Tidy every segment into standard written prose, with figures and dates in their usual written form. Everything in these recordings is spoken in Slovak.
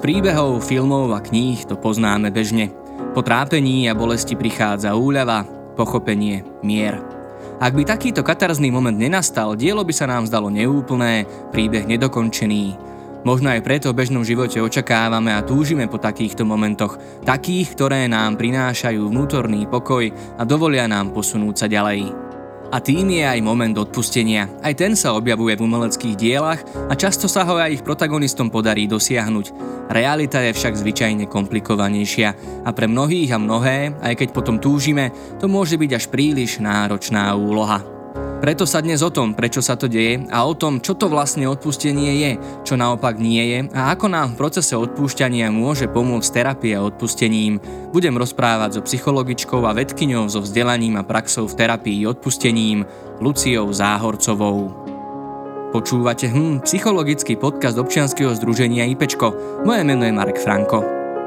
príbehov, filmov a kníh to poznáme bežne. Po trápení a bolesti prichádza úľava, pochopenie, mier. Ak by takýto katarzný moment nenastal, dielo by sa nám zdalo neúplné, príbeh nedokončený. Možno aj preto v bežnom živote očakávame a túžime po takýchto momentoch, takých, ktoré nám prinášajú vnútorný pokoj a dovolia nám posunúť sa ďalej. A tým je aj moment odpustenia. Aj ten sa objavuje v umeleckých dielach a často sa ho aj ich protagonistom podarí dosiahnuť. Realita je však zvyčajne komplikovanejšia a pre mnohých a mnohé, aj keď potom túžime, to môže byť až príliš náročná úloha. Preto sa dnes o tom, prečo sa to deje a o tom, čo to vlastne odpustenie je, čo naopak nie je a ako nám v procese odpúšťania môže pomôcť terapia odpustením, budem rozprávať so psychologičkou a vedkyňou so vzdelaním a praxou v terapii odpustením Luciou Záhorcovou. Počúvate psychologický podcast občianskeho združenia IPčko. Moje meno je Marek Franko.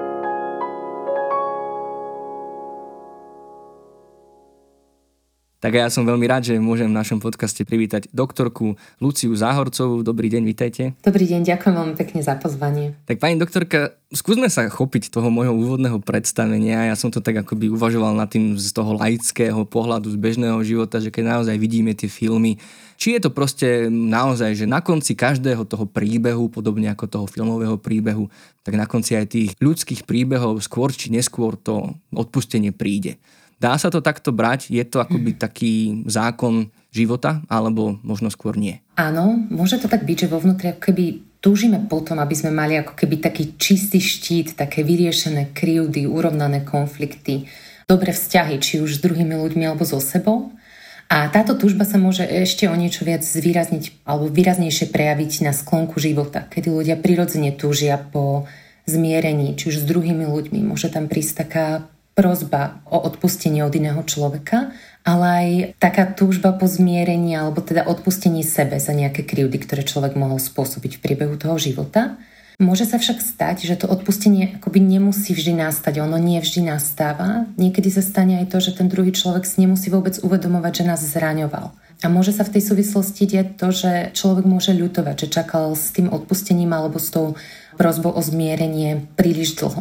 Tak ja som veľmi rád, že môžem v našom podcaste privítať doktorku Luciu Záhorcovú. Dobrý deň, vitajte. Dobrý deň, ďakujem veľmi pekne za pozvanie. Tak pani doktorka, skúsme sa chopiť toho môjho úvodného predstavenia. Ja som to tak akoby uvažoval nad tým z toho laického pohľadu, z bežného života, že keď naozaj vidíme tie filmy, či je to proste naozaj, že na konci každého toho príbehu, podobne ako toho filmového príbehu, tak na konci aj tých ľudských príbehov skôr či neskôr to odpustenie príde. Dá sa to takto brať? Je to akoby taký zákon života? Alebo možno skôr nie? Áno, môže to tak byť, že vo vnútri ako keby túžime potom, aby sme mali ako keby taký čistý štít, také vyriešené krivdy, urovnané konflikty, dobré vzťahy, či už s druhými ľuďmi alebo so sebou. A táto túžba sa môže ešte o niečo viac zvýrazniť alebo výraznejšie prejaviť na sklonku života, kedy ľudia prirodzene túžia po zmierení, či už s druhými ľuďmi. Môže tam prísť taká prosba o odpustenie od iného človeka, ale aj taká túžba po zmierení alebo teda odpustení sebe za nejaké krivdy, ktoré človek mohol spôsobiť v priebehu toho života. Môže sa však stať, že to odpustenie akoby nemusí vždy nastať, ono nie vždy nastáva. Niekedy sa stane aj to, že ten druhý človek si nemusí vôbec uvedomovať, že nás zraňoval. A môže sa v tej súvislosti diať to, že človek môže ľutovať, že čakal s tým odpustením alebo s tou prosbou o zmierenie príliš dlho.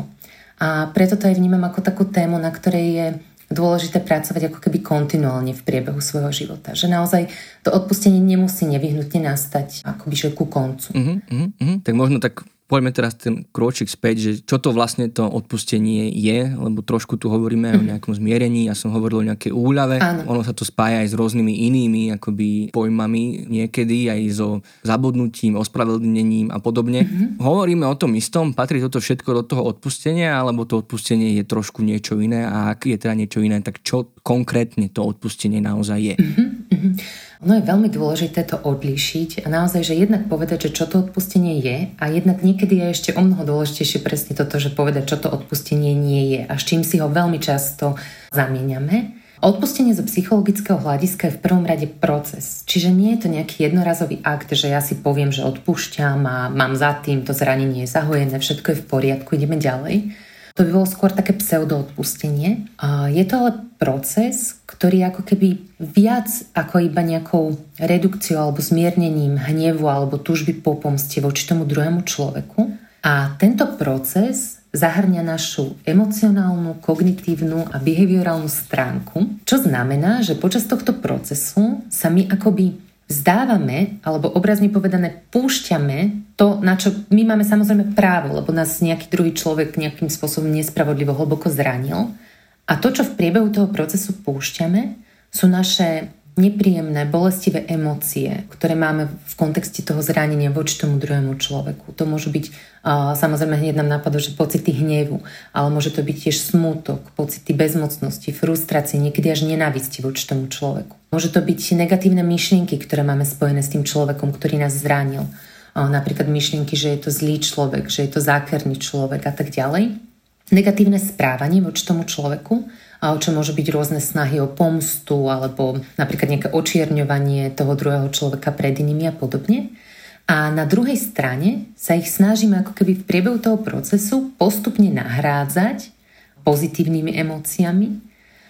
A preto to aj vnímam ako takú tému, na ktorej je dôležité pracovať ako keby kontinuálne v priebehu svojho života. Že naozaj to odpustenie nemusí nevyhnutne nastať akoby že ku koncu. Tak možno tak poďme teraz ten krôčik späť, že čo to vlastne to odpustenie je, lebo trošku tu hovoríme o nejakom zmierení, ja som hovoril o nejakej úľave. Áno. Ono sa to spája aj s rôznymi inými akoby pojmami, niekedy aj so zabudnutím, ospravedlnením a podobne. Hovoríme o tom istom, patrí toto všetko do toho odpustenia, alebo to odpustenie je trošku niečo iné a ak je teda niečo iné, tak čo konkrétne to odpustenie naozaj je? Ono je veľmi dôležité to odlíšiť a naozaj, že jednak povedať, že čo to odpustenie je a jednak niekedy je ešte o mnoho dôležitejšie presne toto, že povedať, čo to odpustenie nie je a s čím si ho veľmi často zamieňame. Odpustenie zo psychologického hľadiska je v prvom rade proces. Čiže nie je to nejaký jednorazový akt, že ja si poviem, že odpúšťam a mám za tým, to zranenie je zahojené, všetko je v poriadku, ideme ďalej. To by bolo skôr také pseudoodpustenie. Je to ale proces, ktorý ako keby viac ako iba nejakou redukciou alebo zmiernením hnevu alebo túžby po pomste voči tomu druhému človeku. A tento proces zahŕňa našu emocionálnu, kognitívnu a behaviorálnu stránku, čo znamená, že počas tohto procesu sa my akoby vzdávame, alebo obrazne povedané púšťame to, na čo my máme samozrejme právo, lebo nás nejaký druhý človek nejakým spôsobom nespravodlivo hlboko zranil. A to, čo v priebehu toho procesu púšťame, sú naše nepríjemné, bolestivé emócie, ktoré máme v kontexte toho zranenia voči tomu druhému človeku. To môžu byť, samozrejme hneď nám napadlo, že pocity hnevu, ale môže to byť tiež smútok, pocity bezmocnosti, frustrácie, niekedy až nenávisti voči tomu človeku. Môže to byť negatívne myšlienky, ktoré máme spojené s tým človekom, ktorý nás zranil. Napríklad myšlienky, že je to zlý človek, že je to zákerný človek a tak ďalej. Negatívne správanie voči tomu človeku, čo môžu byť rôzne snahy o pomstu alebo napríklad nejaké očierňovanie toho druhého človeka pred inými a podobne. A na druhej strane sa ich snažíme ako keby v priebehu toho procesu postupne nahrádzať pozitívnymi emóciami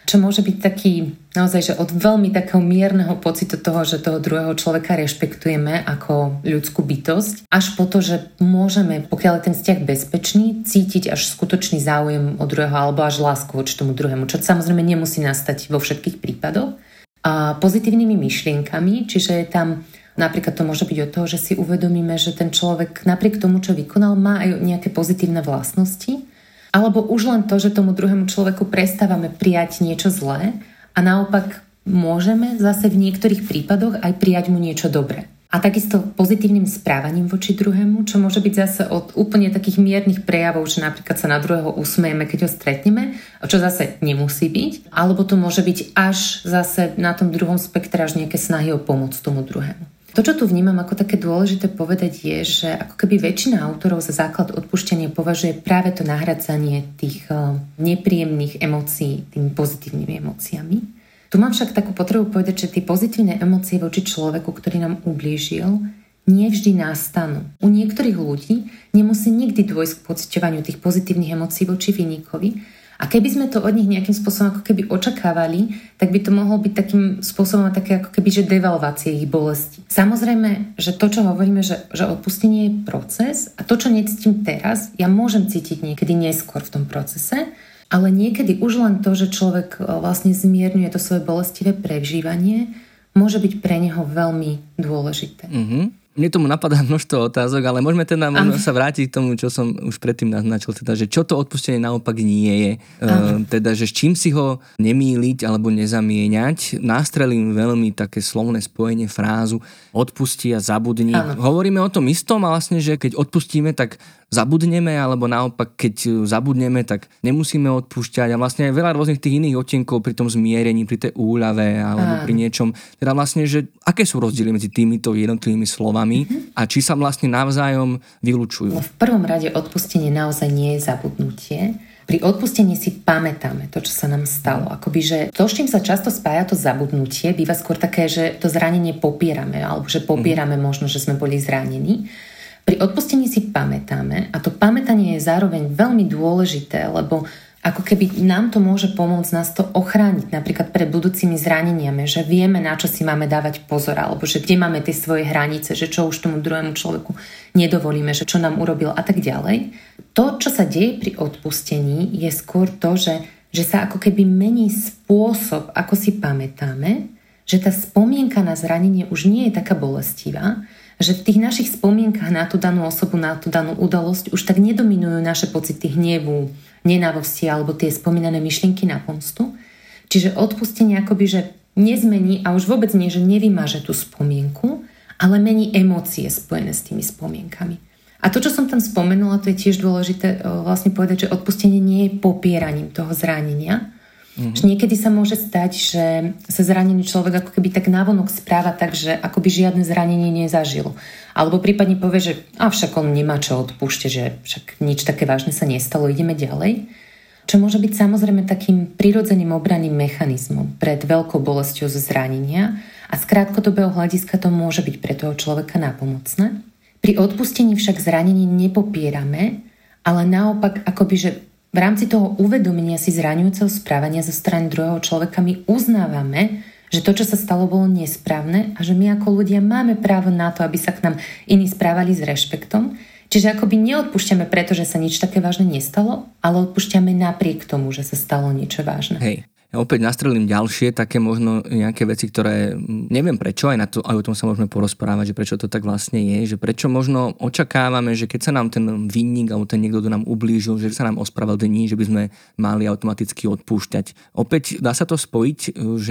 čo môže byť taký naozaj, že od veľmi takého mierneho pocitu toho, že toho druhého človeka rešpektujeme ako ľudskú bytosť, až po to, že môžeme, pokiaľ je ten vzťah bezpečný, cítiť až skutočný záujem od druhého alebo až lásku voči tomu druhému, čo samozrejme nemusí nastať vo všetkých prípadoch. A pozitívnymi myšlienkami, čiže je tam napríklad to môže byť od toho, že si uvedomíme, že ten človek napriek tomu, čo vykonal, má aj nejaké pozitívne vlastnosti. Alebo už len to, že tomu druhému človeku prestávame prijať niečo zlé a naopak môžeme zase v niektorých prípadoch aj prijať mu niečo dobré. A takisto pozitívnym správaním voči druhému, čo môže byť zase od úplne takých miernych prejavov, že napríklad sa na druhého usmejeme, keď ho stretneme, čo zase nemusí byť. Alebo to môže byť až zase na tom druhom spektre až nejaké snahy o pomoc tomu druhému. To, čo tu vnímam ako také dôležité povedať je, že ako keby väčšina autorov za základ odpúšťania považuje práve to nahradzanie tých nepríjemných emócií tými pozitívnymi emóciami. Tu mám však takú potrebu povedať, že tie pozitívne emócie voči človeku, ktorý nám ublížil, nie vždy nastanú. U niektorých ľudí nemusí nikdy dôjsť k pociťovaniu tých pozitívnych emócií voči vinníkovi. A keby sme to od nich nejakým spôsobom ako keby očakávali, tak by to mohlo byť takým spôsobom také ako keby, že devalvácie ich bolesti. Samozrejme, že to, čo hovoríme, že odpustenie je proces a to, čo necítim teraz, ja môžem cítiť niekedy neskôr v tom procese, ale niekedy už len to, že človek vlastne zmierňuje to svoje bolestivé prežívanie, môže byť pre neho veľmi dôležité. Mne tomu napadá množstvo otázok, ale môžeme teda možno sa vrátiť k tomu, čo som už predtým naznačil, teda, že čo to odpustenie naopak nie je. Teda, že s čím si ho nemýliť alebo nezamieňať. Nástrelím veľmi také slovné spojenie frázu odpusti a zabudni. Hovoríme o tom istom a vlastne, že keď odpustíme, tak zabudneme, alebo naopak, keď zabudneme, tak nemusíme odpúšťať a vlastne aj veľa rôznych tých iných odtienkov pri tom zmierení, pri tej úľave alebo pri niečom. Teda vlastne, že aké sú rozdiely medzi týmito jednotlivými slovami a či sa vlastne navzájom vylučujú? V prvom rade odpustenie naozaj nie je zabudnutie. Pri odpustení si pamätáme to, čo sa nám stalo. Akoby, že to, s čím sa často spája to zabudnutie, býva skôr také, že to zranenie popierame, alebo že popierame možno, že sme boli zranení. Pri odpustení si pamätáme a to pamätanie je zároveň veľmi dôležité, lebo ako keby nám to môže pomôcť nás to ochrániť napríklad pred budúcimi zraneniami, že vieme, na čo si máme dávať pozor, alebo že kde máme tie svoje hranice, že čo už tomu druhému človeku nedovolíme, že čo nám urobil a tak ďalej. To, čo sa deje pri odpustení, je skôr to, že sa ako keby mení spôsob, ako si pamätáme, že tá spomienka na zranenie už nie je taká bolestivá, že v tých našich spomienkach na tú danú osobu, na tú danú udalosť už tak nedominujú naše pocity hnevu, nenávisti alebo tie spomínané myšlienky na pomstu. Čiže odpustenie akoby, že nezmení a už vôbec nie, že nevymaže tú spomienku, ale mení emócie spojené s tými spomienkami. A to, čo som tam spomenula, to je tiež dôležité vlastne povedať, že odpustenie nie je popieraním toho zranenia. Že niekedy sa môže stať, že sa zranený človek ako keby tak návonok správa tak, že akoby žiadne zranenie nezažil. Alebo prípadne povie, že však on nemá čo odpúšťať, že však nič také vážne sa nestalo, ideme ďalej. Čo môže byť samozrejme takým prirodzeným obranným mechanizmom pred veľkou bolesťou zo zranenia a z krátkodobého hľadiska to môže byť pre toho človeka nápomocné. Pri odpustení však zranenie nepopierame, ale naopak akoby, že v rámci toho uvedomenia si zraňujúceho správania zo strany druhého človeka my uznávame, že to, čo sa stalo, bolo nesprávne a že my ako ľudia máme právo na to, aby sa k nám iní správali s rešpektom. Čiže akoby neodpúšťame preto, že sa nič také vážne nestalo, ale odpúšťame napriek tomu, že sa stalo niečo vážne. Hej. Ja opäť nastrelím ďalšie také možno nejaké veci, ktoré neviem prečo, aj o tom sa môžeme porozprávať, že prečo to tak vlastne je, že prečo možno očakávame, že keď sa nám ten vinník alebo ten niekto, kto nám ublížil, že sa nám ospravedlní, že by sme mali automaticky odpúšťať. Opäť dá sa to spojiť, že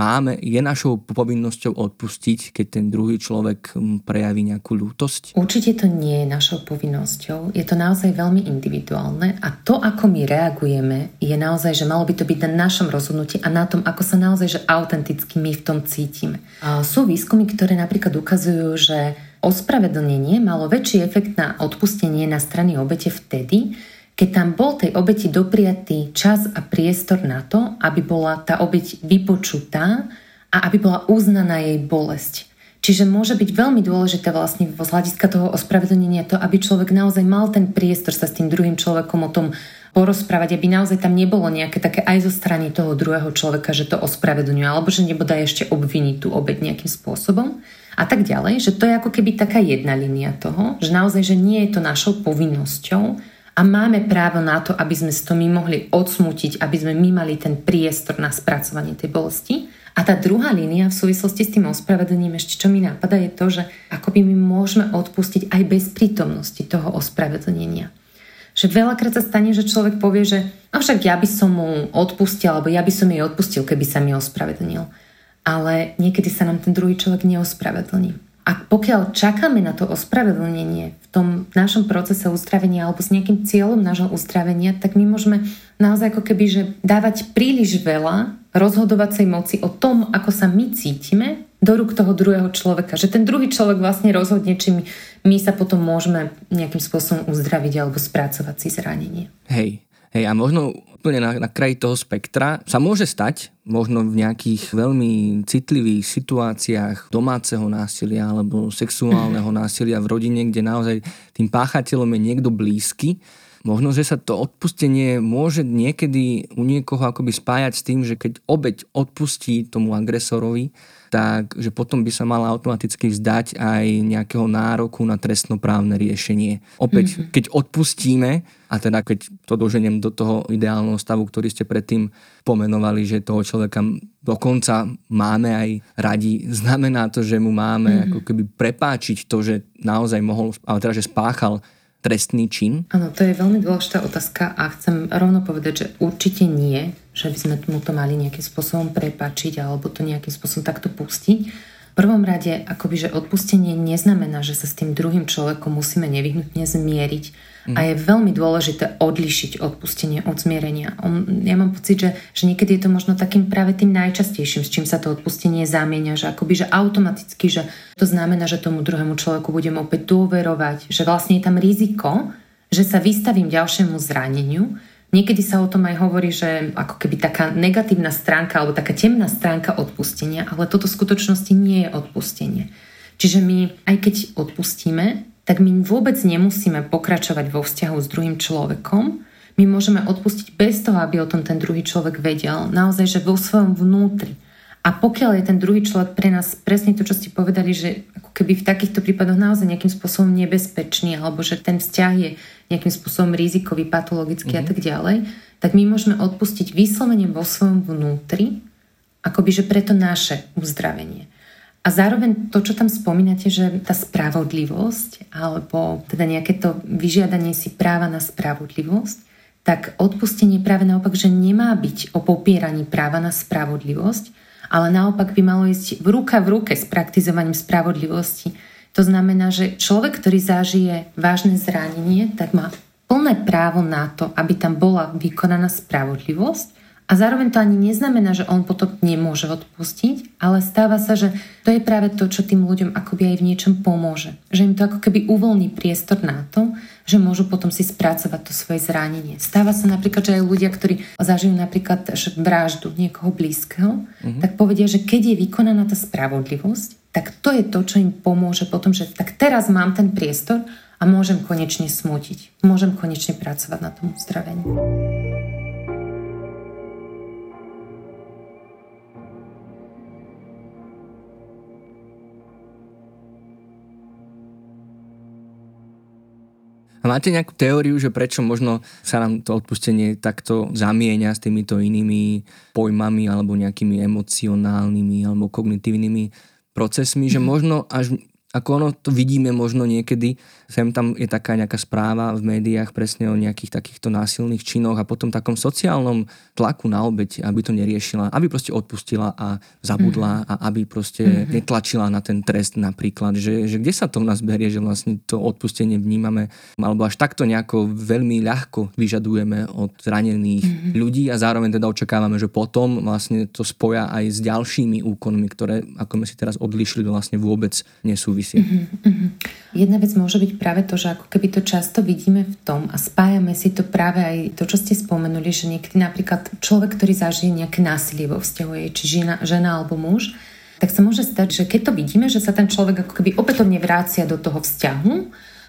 je našou povinnosťou odpustiť, keď ten druhý človek prejaví nejakú ľútosť? Určite to nie je našou povinnosťou, je to naozaj veľmi individuálne a to, ako my reagujeme, je naozaj, že malo by to byť na našom rozhodnutí a na tom, ako sa naozaj že autenticky my v tom cítime. A sú výskumy, ktoré napríklad ukazujú, že ospravedlnenie malo väčší efekt na odpustenie na strane obete vtedy, keď tam bol tej obeti dopriatý čas a priestor na to, aby bola tá obeť vypočutá a aby bola uznaná jej bolesť. Čiže môže byť veľmi dôležité vlastne z hľadiska toho ospravedlnenia to, aby človek naozaj mal ten priestor sa s tým druhým človekom o tom porozprávať, aby naozaj tam nebolo nejaké také aj zo strany toho druhého človeka, že to ospravedlňuje, alebo že nebodaj ešte obviniť tú obeť nejakým spôsobom a tak ďalej, že to je ako keby taká jedna línia toho, že naozaj, že nie je to našou povinnosťou a máme právo na to, aby sme si to my mohli odsmútiť, aby sme my mali ten priestor na spracovanie tej bolesti. A tá druhá línia v súvislosti s tým ospravedlnením, ešte čo mi napadá, je to, že akoby my môžeme odpustiť aj bez prítomnosti toho ospravedlnenia. Že veľakrát sa stane, že človek povie, že však ja by som mu odpustil, alebo ja by som jej odpustil, keby sa mi ospravedlnil. Ale niekedy sa nám ten druhý človek neospravedlní. A pokiaľ čakáme na to ospravedlnenie v tom našom procese uzdravenia alebo s nejakým cieľom nášho uzdravenia, tak my môžeme naozaj ako keby že dávať príliš veľa rozhodovacej moci o tom, ako sa my cítime, do rúk toho druhého človeka. Že ten druhý človek vlastne rozhodne, či my sa potom môžeme nejakým spôsobom uzdraviť alebo spracovať si zranenie. Hej, a možno úplne na kraji toho spektra sa môže stať, možno v nejakých veľmi citlivých situáciách domáceho násilia alebo sexuálneho násilia v rodine, kde naozaj tým páchateľom je niekto blízky. Možno, že sa to odpustenie môže niekedy u niekoho akoby spájať s tým, že keď obeť odpustí tomu agresorovi, tak že potom by sa mala automaticky vzdať aj nejakého nároku na trestnoprávne riešenie. Opäť, keď odpustíme, a teda keď to doženiem do toho ideálneho stavu, ktorý ste predtým pomenovali, že toho človeka dokonca máme aj radi, znamená to, že mu máme ako keby prepáčiť to, že naozaj mohol, ale teda, že spáchal trestný čin? Áno, to je veľmi dôležitá otázka a chcem rovno povedať, že určite nie, že by sme mu to mali nejakým spôsobom prepáčiť alebo to nejakým spôsobom takto pustiť. V prvom rade, akoby, že odpustenie neznamená, že sa s tým druhým človekom musíme nevyhnutne zmieriť a je veľmi dôležité odlišiť odpustenie od zmierenia. Ja mám pocit, že niekedy je to možno takým práve tým najčastejším, s čím sa to odpustenie zamieňa, že akoby, že automaticky, že to znamená, že tomu druhému človeku budem opäť dôverovať, že vlastne je tam riziko, že sa vystavím ďalšiemu zraneniu. Niekedy sa o tom aj hovorí, že ako keby taká negatívna stránka alebo taká temná stránka odpustenia, ale toto v skutočnosti nie je odpustenie. Čiže my, aj keď odpustíme, tak my vôbec nemusíme pokračovať vo vzťahu s druhým človekom. My môžeme odpustiť bez toho, aby o tom ten druhý človek vedel. Naozaj, že vo svojom vnútri. A pokiaľ je ten druhý človek pre nás presne to, čo ste povedali, že ako keby v takýchto prípadoch naozaj nejakým spôsobom nebezpečný, alebo že ten vzťah je nejakým spôsobom rizikový, patologický a tak ďalej, tak my môžeme odpustiť vyslovene vo svojom vnútri, akoby že preto naše uzdravenie. A zároveň to, čo tam spomínate, že tá spravodlivosť alebo teda nejaké to vyžiadanie si práva na spravodlivosť, tak odpustenie práve naopak, že nemá byť o popieraní práva na spravodlivosť, ale naopak by malo ísť v ruke s praktizovaním spravodlivosti. To znamená, že človek, ktorý zažije vážne zranenie, tak má plné právo na to, aby tam bola vykonaná spravodlivosť. A zároveň to ani neznamená, že on potom nemôže odpustiť, ale stáva sa, že to je práve to, čo tým ľuďom akoby aj v niečom pomôže. Že im to ako keby uvoľní priestor na to, že môžu potom si spracovať to svoje zranenie. Stáva sa napríklad, že aj ľudia, ktorí zažijú napríklad vraždu niekoho blízkeho, tak povedia, že keď je vykonaná tá spravodlivosť, tak to je to, čo im pomôže potom, že tak teraz mám ten priestor a môžem konečne smútiť. Môžem konečne pracovať na tom uzdravení. A máte nejakú teóriu, že prečo možno sa nám to odpustenie takto zamieňa s týmito inými pojmami alebo nejakými emocionálnymi alebo kognitívnymi procesmi, že možno až ako ono to vidíme možno niekedy, sem tam je taká nejaká správa v médiách presne o nejakých takýchto násilných činoch a potom takom sociálnom tlaku na obeť, aby to neriešila, aby proste odpustila a zabudla a aby proste netlačila na ten trest napríklad, že kde sa to v nás berie, že vlastne to odpustenie vnímame alebo až takto nejako veľmi ľahko vyžadujeme od zranených ľudí a zároveň teda očakávame, že potom vlastne to spoja aj s ďalšími úkonmi, ktoré, ako sme si teraz odlišili, vlastne vôbec nesúvisia. Jedna vec môže byť práve to, že ako keby to často vidíme v tom a spájame si to práve aj to, čo ste spomenuli, že niekedy napríklad človek, ktorý zažije nejaké násilie vo vzťahu, či žena alebo muž, tak sa môže stať, že keď to vidíme, že sa ten človek ako keby opätovne vrácia do toho vzťahu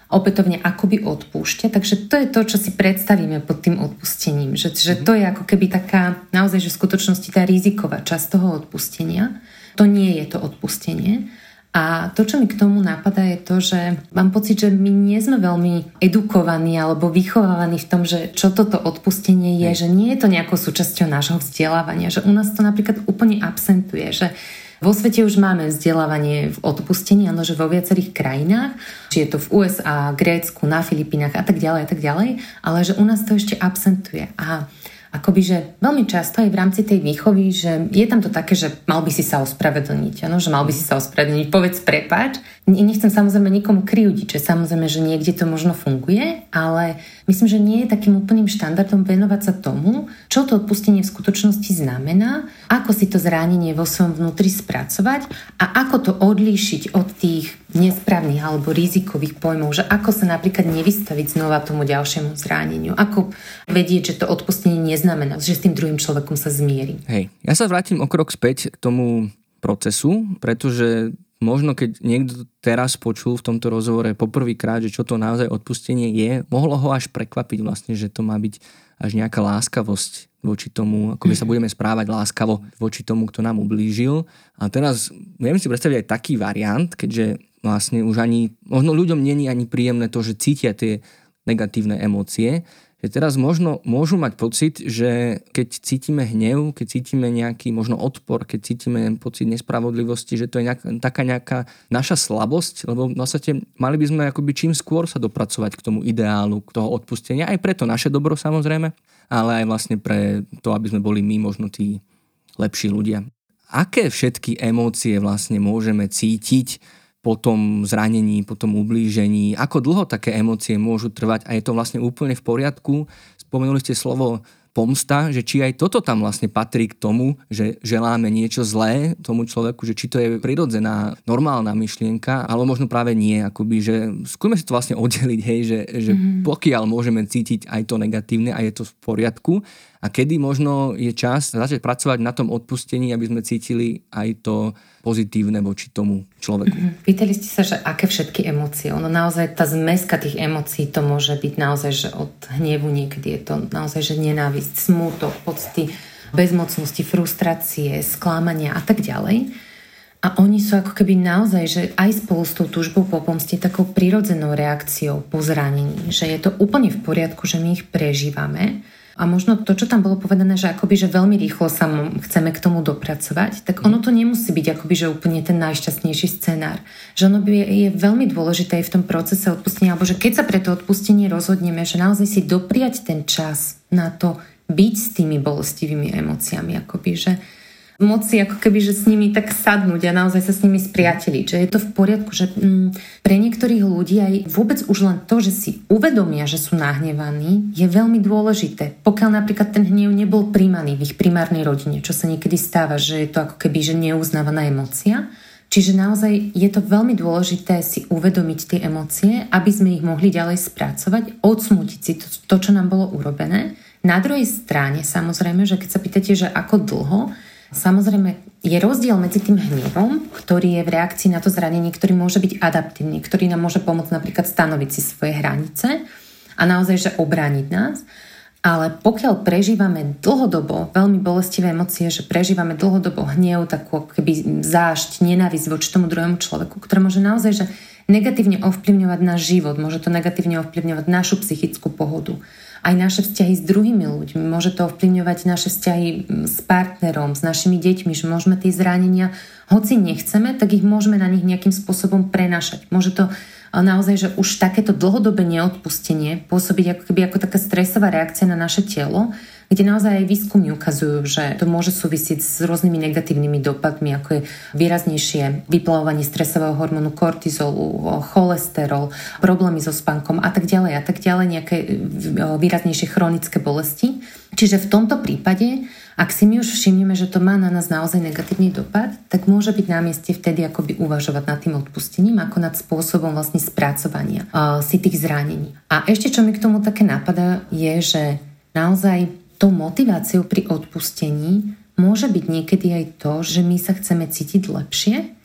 opätovne akoby odpúšťa. Takže to je to, čo si predstavíme pod tým odpustením. Že to je ako keby taká, naozaj, že v skutočnosti tá riziková časť toho odpustenia. To nie je to odpustenie. A to, čo mi k tomu napadá, je to, že mám pocit, že my nie sme veľmi edukovaní alebo vychovávaní v tom, že čo toto odpustenie je, že nie je to nejakou súčasťou nášho vzdelávania, že u nás to napríklad úplne absentuje, že vo svete už máme vzdelávanie v odpustení, áno, že vo viacerých krajinách, či je to v USA, Grécku, na Filipínach a tak ďalej, ale že u nás to ešte absentuje. A akoby, že veľmi často aj v rámci tej výchovy, že je tam to také, že mal by si sa ospravedlniť, áno, že mal by si sa ospravedlniť, povedz prepáč. Nechcem samozrejme nikomu kriúdiť, že samozrejme, že niekde to možno funguje, ale myslím, že nie je takým úplným štandardom venovať sa tomu, čo to odpustenie v skutočnosti znamená, ako si to zranenie vo svojom vnútri spracovať a ako to odlíšiť od tých nesprávnych alebo rizikových pojmov, že ako sa napríklad nevystaviť znova tomu ďalšiemu zraneniu, ako vedieť, že to odpustenie neznamená, že s tým druhým človekom sa zmierim. Hej, ja sa vrátim o krok späť k tomu procesu, pretože možno keď niekto teraz počul v tomto rozhovore poprvýkrát, že čo to naozaj odpustenie je, mohlo ho až prekvapiť vlastne, že to má byť až nejaká láskavosť voči tomu, ako my sa budeme správať láskavo voči tomu, kto nám ublížil. A teraz viem si predstaviť aj taký variant, keďže vlastne už ani, možno ľuďom nie je ani príjemné to, že cítia tie negatívne emócie, že teraz možno môžu mať pocit, že keď cítime hnev, keď cítime nejaký možno odpor, keď cítime pocit nespravodlivosti, že to je taká nejaká naša slabosť, lebo v podstate mali by sme akoby čím skôr sa dopracovať k tomu ideálu, k toho odpustenia, aj pre to naše dobro samozrejme, ale aj vlastne pre to, aby sme boli my možno tí lepší ľudia. Aké všetky emócie vlastne môžeme cítiť po tom zranení, po tom ublížení, ako dlho také emócie môžu trvať a je to vlastne úplne v poriadku. Spomenuli ste slovo pomsta, že či aj toto tam vlastne patrí k tomu, že želáme niečo zlé tomu človeku, že či to je prirodzená, normálna myšlienka, alebo možno práve nie, akoby, že skúsme si to vlastne oddeliť, hej, že pokiaľ môžeme cítiť aj to negatívne a je to v poriadku a kedy možno je čas začať pracovať na tom odpustení, aby sme cítili aj to pozitívne voči tomu človeku. Pýtali ste sa, že aké všetky emócie. Ono naozaj, tá zmeska tých emócií to môže byť naozaj, že od hnevu niekedy je to naozaj, že nenávisť, smútok, pocity, bezmocnosti, frustrácie, sklamania a tak ďalej. A oni sú ako keby naozaj, že aj spolu s tou túžbou po pomste takou prirodzenou reakciou po zranení. Že je to úplne v poriadku, že my ich prežívame. A možno to, čo tam bolo povedané, že akoby, že veľmi rýchlo sa chceme k tomu dopracovať, tak ono to nemusí byť akoby, že úplne ten najšťastnejší scenár. Že ono je veľmi dôležité aj v tom procese odpustenia, alebo že keď sa pre to odpustenie rozhodneme, že naozaj si dopriať ten čas na to byť s tými bolestivými emóciami, akoby, že moci ako keby, že s nimi tak sadnúť a naozaj sa s nimi spriateliť. Že je to v poriadku, že pre niektorých ľudí aj vôbec už len to, že si uvedomia, že sú nahnevaní, je veľmi dôležité. Pokiaľ napríklad ten hnev nebol príjmaný v ich primárnej rodine, čo sa niekedy stáva, že je to ako keby, že neuznávaná emócia. Čiže naozaj je to veľmi dôležité si uvedomiť tie emócie, aby sme ich mohli ďalej spracovať, odsmútiť si to, čo nám bolo urobené. Na druhej strane, samozrejme, že keď sa pýtate, že ako dlho, samozrejme, je rozdiel medzi tým hnevom, ktorý je v reakcii na to zranenie, ktorý môže byť adaptívny, ktorý nám môže pomôcť napríklad stanoviť si svoje hranice a naozaj, že obrániť nás. Ale pokiaľ prežívame dlhodobo veľmi bolestivé emócie, že prežívame dlhodobo hnev, takú keby zášť, nenávisť voči tomu druhému človeku, ktoré môže naozaj, že negatívne ovplyvňovať náš život, môže to negatívne ovplyvňovať našu psychickú pohodu. Aj naše vzťahy s druhými ľuďmi. Môže to ovplyvňovať naše vzťahy s partnerom, s našimi deťmi, že môžeme tie zranenia, hoci nechceme, tak ich môžeme na nich nejakým spôsobom prenášať. Môže to naozaj, že už takéto dlhodobé neodpustenie pôsobiť ako keby ako taká stresová reakcia na naše telo, kde naozaj aj výskumy ukazujú, že to môže súvisieť s rôznymi negatívnymi dopadmi, ako je výraznejšie vyplavovanie stresového hormónu kortizolu, cholesterol, problémy so spánkom a tak ďalej, nejaké výraznejšie chronické bolesti. Čiže v tomto prípade, ak si my už všimneme, že to má na nás naozaj negatívny dopad, tak môže byť na mieste vtedy akoby uvažovať nad tým odpustením, ako nad spôsobom vlastne spracovania si tých zranení. A ešte čo mi k tomu také napadá, je, že naozaj tou motiváciou pri odpustení môže byť niekedy aj to, že my sa chceme cítiť lepšie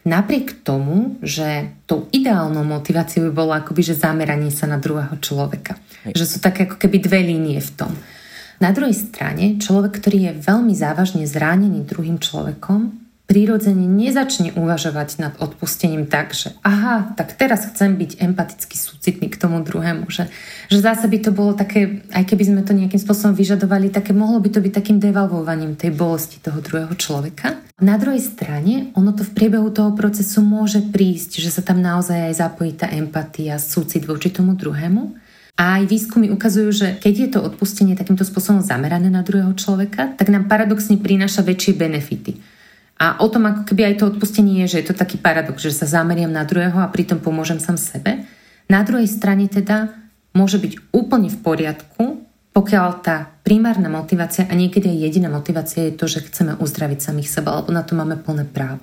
Napriek tomu, že tou ideálnou motiváciou by bolo akoby, že zameranie sa na druhého človeka. Že sú také ako keby dve línie v tom. Na druhej strane, človek, ktorý je veľmi závažne zranený druhým človekom, prirodzene nezačne uvažovať nad odpustením tak, že aha, tak teraz chcem byť empaticky súcitný k tomu druhému, že zase by to bolo také, aj keby sme to nejakým spôsobom vyžadovali, také mohlo by to byť takým devalvovaním tej bolesti toho druhého človeka. Na druhej strane, ono to v priebehu toho procesu môže prísť, že sa tam naozaj aj zapojí tá empatia, súcit voči tomu druhému. A aj výskumy ukazujú, že keď je to odpustenie takýmto spôsobom zamerané na druhého človeka, tak nám paradoxne prináša väčšie benefity. A o tom ako keby aj to odpustenie je, že je to taký paradox, že sa zameriam na druhého a pritom pomôžem sám sebe. Na druhej strane teda môže byť úplne v poriadku, pokiaľ tá primárna motivácia a niekedy aj jediná motivácia je to, že chceme uzdraviť samých seba, alebo na to máme plné právo.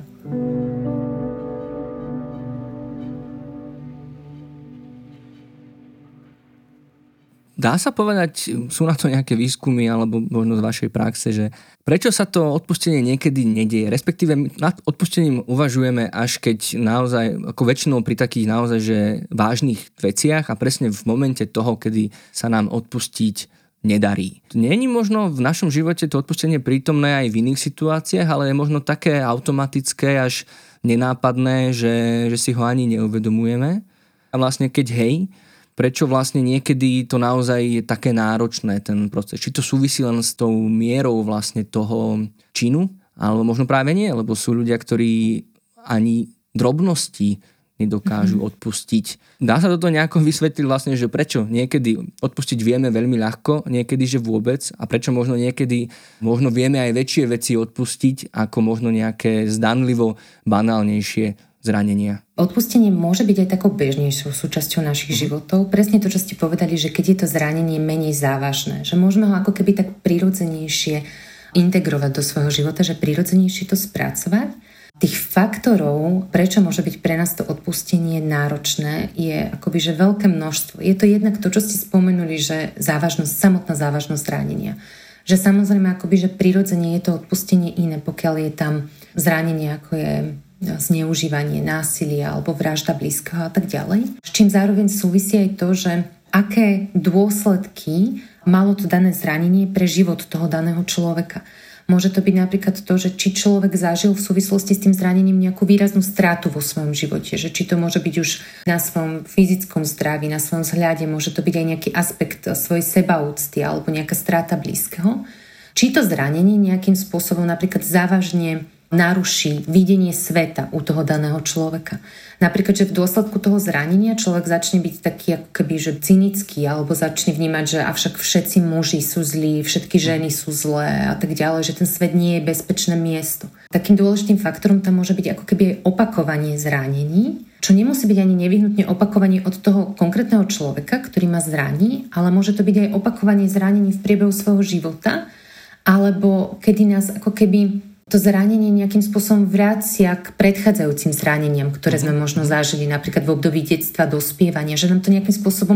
Dá sa povedať, sú na to nejaké výskumy alebo možno z vašej praxe, že prečo sa to odpustenie niekedy nedieje? Respektíve nad odpustením uvažujeme až keď naozaj, ako väčšinou pri takých naozaj že vážnych veciach a presne v momente toho, kedy sa nám odpustiť nedarí. Nie je možno v našom živote to odpustenie prítomné aj v iných situáciách, ale je možno také automatické až nenápadné, že si ho ani neuvedomujeme. A vlastne keď prečo vlastne niekedy to naozaj je také náročné, ten proces? Či to súvisí len s tou mierou vlastne toho činu? Alebo možno práve nie, lebo sú ľudia, ktorí ani drobnosti nedokážu odpustiť. Dá sa toto nejako vysvetliť vlastne, že prečo niekedy odpustiť vieme veľmi ľahko, niekedy že vôbec a prečo možno niekedy možno vieme aj väčšie veci odpustiť ako možno nejaké zdanlivo banálnejšie zranenia. Odpustenie môže byť aj takou bežnejšou súčasťou našich životov. Presne to, čo ste povedali, že keď je to zranenie menej závažné, že môžeme ho ako keby tak prirodzenejšie integrovať do svojho života, že prirodzenejšie to spracovať. Tých faktorov, prečo môže byť pre nás to odpustenie náročné, je akoby že veľké množstvo. Je to jednak to, čo ste spomenuli, že samotná závažnosť zranenia. Že samozrejme akoby, že prirodzene je to odpustenie iné, pokiaľ je tam zranenie, ako je zneužívanie, násilia alebo vražda blízkeho a tak ďalej. S čím zároveň súvisí aj to, že aké dôsledky malo to dané zranenie pre život toho daného človeka. Môže to byť napríklad to, že či človek zažil v súvislosti s tým zranením nejakú výraznú stratu vo svojom živote, že či to môže byť už na svojom fyzickom zdraví, na svojom vzhľade, môže to byť aj nejaký aspekt svojej sebaúcty alebo nejaká strata blízkeho. Či to zranenie nejakým spôsobom napríklad závažne naruší videnie sveta u toho daného človeka. Napríklad, že v dôsledku toho zranenia človek začne byť taký ako keby, že cynický, alebo začne vnímať, že avšak všetci muži sú zlí, všetky ženy sú zlé a tak ďalej, že ten svet nie je bezpečné miesto. Takým dôležitým faktorom tam môže byť ako keby aj opakovanie zranení, čo nemusí byť ani nevyhnutne opakovanie od toho konkrétneho človeka, ktorý ma zraní, ale môže to byť aj opakovanie zranení v priebehu svojho života, alebo kedy nás ako keby to zranenie nejakým spôsobom vracia k predchádzajúcim zraneniam, ktoré sme možno zažili napríklad v období detstva, dospievania, že nám to nejakým spôsobom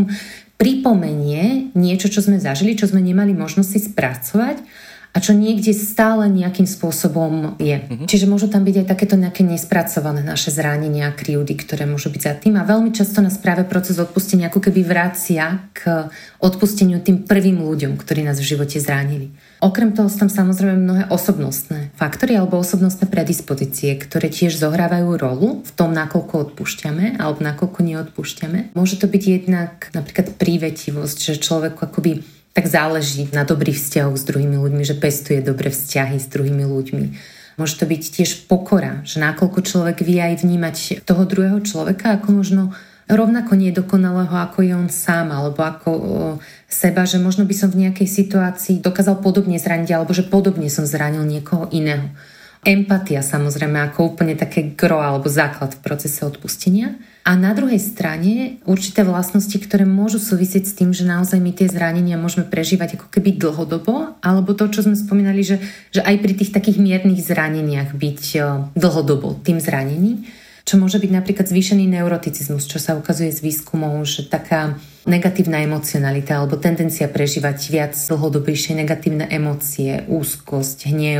pripomenie niečo, čo sme zažili, čo sme nemali možnosť si spracovať a čo niekde stále nejakým spôsobom je. Čiže môžu tam byť aj takéto nejaké nespracované naše zranenia a krivdy, ktoré môžu byť za tým a veľmi často nás práve proces odpustenia ako keby vracia k odpusteniu tým prvým ľuďom, ktorí nás v živote zranili. Okrem toho sú tam samozrejme mnohé osobnostné faktory alebo osobnostné predispozície, ktoré tiež zohrávajú rolu v tom, nakoľko odpúšťame alebo nakoľko neodpúšťame. Môže to byť jednak napríklad prívetivosť, že človeku akoby tak záleží na dobrých vzťahoch s druhými ľuďmi, že pestuje dobré vzťahy s druhými ľuďmi. Môže to byť tiež pokora, že nakoľko človek vie aj vnímať toho druhého človeka ako možno rovnako nedokonalého, ako je on sám, alebo ako seba, že možno by som v nejakej situácii dokázal podobne zraniť, alebo že podobne som zranil niekoho iného. Empatia samozrejme ako úplne také gro alebo základ v procese odpustenia. A na druhej strane určité vlastnosti, ktoré môžu súvisieť s tým, že naozaj my tie zranenia môžeme prežívať ako keby dlhodobo, alebo to, čo sme spomínali, že aj pri tých takých miernych zraneniach byť dlhodobo tým zranením. Čo môže byť napríklad zvýšený neuroticizmus, čo sa ukazuje z výskumov, že taká negatívna emocionalita alebo tendencia prežívať viac dlhodobejšie negatívne emócie, úzkosť, hnev,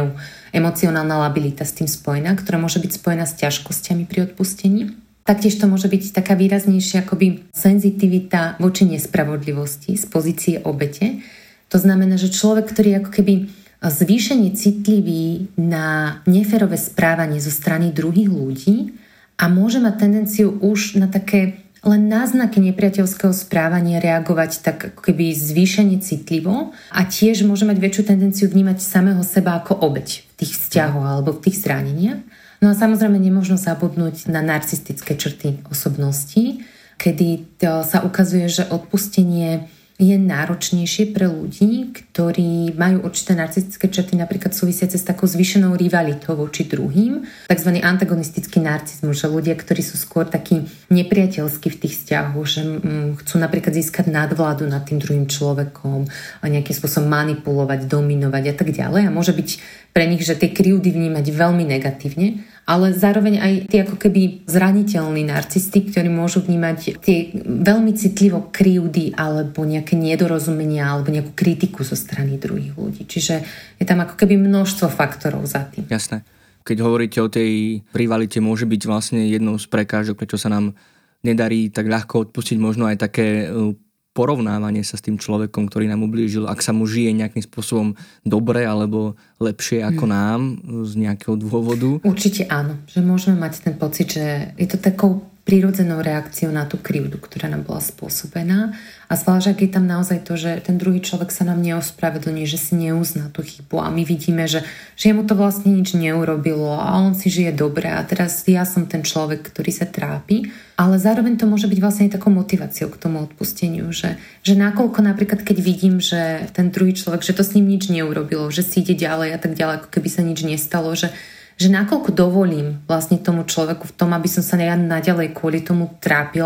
emocionálna labilita s tým spojená, ktorá môže byť spojená s ťažkosťami pri odpustení. Taktiež to môže byť taká výraznejšia akoby senzitivita voči nespravodlivosti z pozície obete. To znamená, že človek, ktorý je ako keby zvýšene citlivý na neférové správanie zo strany druhých ľudí a môže mať tendenciu už na také len náznaky nepriateľského správania reagovať tak ako keby zvýšene citlivo a tiež môže mať väčšiu tendenciu vnímať samého seba ako obeť v tých vzťahoch alebo v tých zraneniach. No a samozrejme nemožno zabudnúť na narcistické črty osobnosti, kedy sa ukazuje, že odpustenie je náročnejšie pre ľudí, ktorí majú určité narcistické črty, napríklad súvisiace s takou zvýšenou rivalitou voči druhým, takzvaný antagonistický narcizmus, že ľudia, ktorí sú skôr takí nepriateľskí v tých vzťahoch, že chcú napríklad získať nadvládu nad tým druhým človekom a nejakým spôsobom manipulovať, dominovať a tak ďalej. A môže byť pre nich, že tie krivdy vnímať veľmi negatívne, ale zároveň aj tie ako keby zraniteľní narcisti, ktorí môžu vnímať tie veľmi citlivo krivdy alebo nejaké nedorozumenia alebo nejakú kritiku zo strany druhých ľudí. Čiže je tam ako keby množstvo faktorov za tým. Jasné. Keď hovoríte o tej rivalite, môže byť vlastne jednou z prekážok, prečo sa nám nedarí tak ľahko odpustiť, možno aj také porovnávanie sa s tým človekom, ktorý nám ublížil, ak sa mu žije nejakým spôsobom dobre alebo lepšie ako nám z nejakého dôvodu. Určite áno, že môžeme mať ten pocit, že je to takou prirodzenou reakciou na tú krivdu, ktorá nám bola spôsobená. A zvlášť, ak je tam naozaj to, že ten druhý človek sa nám neospravedlní, že si neuzná tú chybu a my vidíme, že mu to vlastne nič neurobilo a on si žije dobre a teraz ja som ten človek, ktorý sa trápi. Ale zároveň to môže byť vlastne takou motiváciou k tomu odpusteniu, že nakoľko napríklad, keď vidím, že ten druhý človek, že to s ním nič neurobilo, že si ide ďalej a tak ďalej, ako keby sa nič nestalo, že nakoľko dovolím vlastne tomu človeku v tom, aby som sa ja naďalej kvôli tomu trápil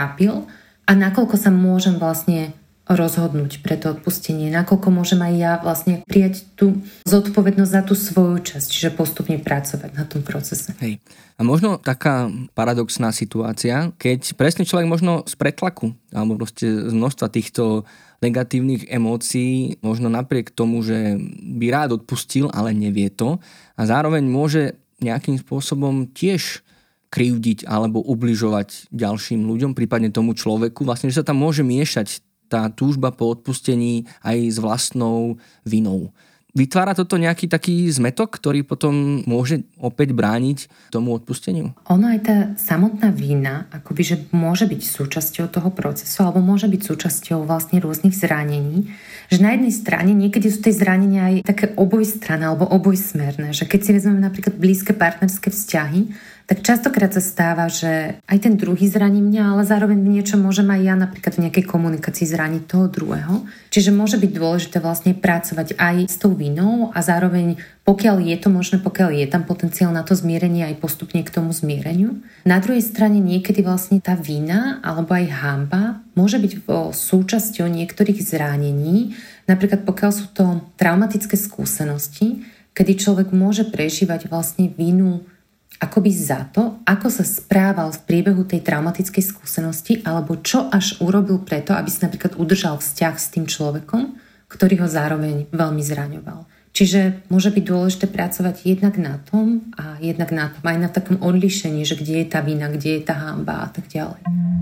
a nakoľko sa môžem vlastne rozhodnúť pre to odpustenie, nakoľko môžem aj ja vlastne prijať tú zodpovednosť za tú svoju časť, čiže postupne pracovať na tom procese. Hej. A možno taká paradoxná situácia, keď presne človek možno z pretlaku alebo proste z množstva týchto negatívnych emócií, možno napriek tomu, že by rád odpustil, ale nevie to a zároveň môže nejakým spôsobom tiež krivdiť alebo ubližovať ďalším ľuďom, prípadne tomu človeku, vlastne, že sa tam môže miešať tá túžba po odpustení aj s vlastnou vinou. Vytvára toto nejaký taký zmätok, ktorý potom môže opäť brániť tomu odpusteniu? Ono aj tá samotná vina, akoby, že môže byť súčasťou toho procesu alebo môže byť súčasťou vlastne rôznych zranení. Že na jednej strane niekedy sú tie zranenia aj také obojstranné alebo obojsmerné. Že keď si vezmeme napríklad blízke partnerské vzťahy, tak častokrát sa stáva, že aj ten druhý zraní mňa, ale zároveň niečo môžem aj ja napríklad v nejakej komunikácii zraniť toho druhého. Čiže môže byť dôležité vlastne pracovať aj s tou vinou a zároveň pokiaľ je to možné, pokiaľ je tam potenciál na to zmierenie aj postupne k tomu zmiereniu. Na druhej strane niekedy vlastne tá vina alebo aj hanba môže byť súčasťou niektorých zranení, napríklad pokiaľ sú to traumatické skúsenosti, kedy človek môže prežívať vlastne vinu akoby za to, ako sa správal v priebehu tej traumatickej skúsenosti alebo čo až urobil preto, aby si napríklad udržal vzťah s tým človekom, ktorý ho zároveň veľmi zraňoval. Čiže môže byť dôležité pracovať jednak na tom a jednak na tom aj na takom odlišení, že kde je tá vina, kde je tá hanba a tak ďalej.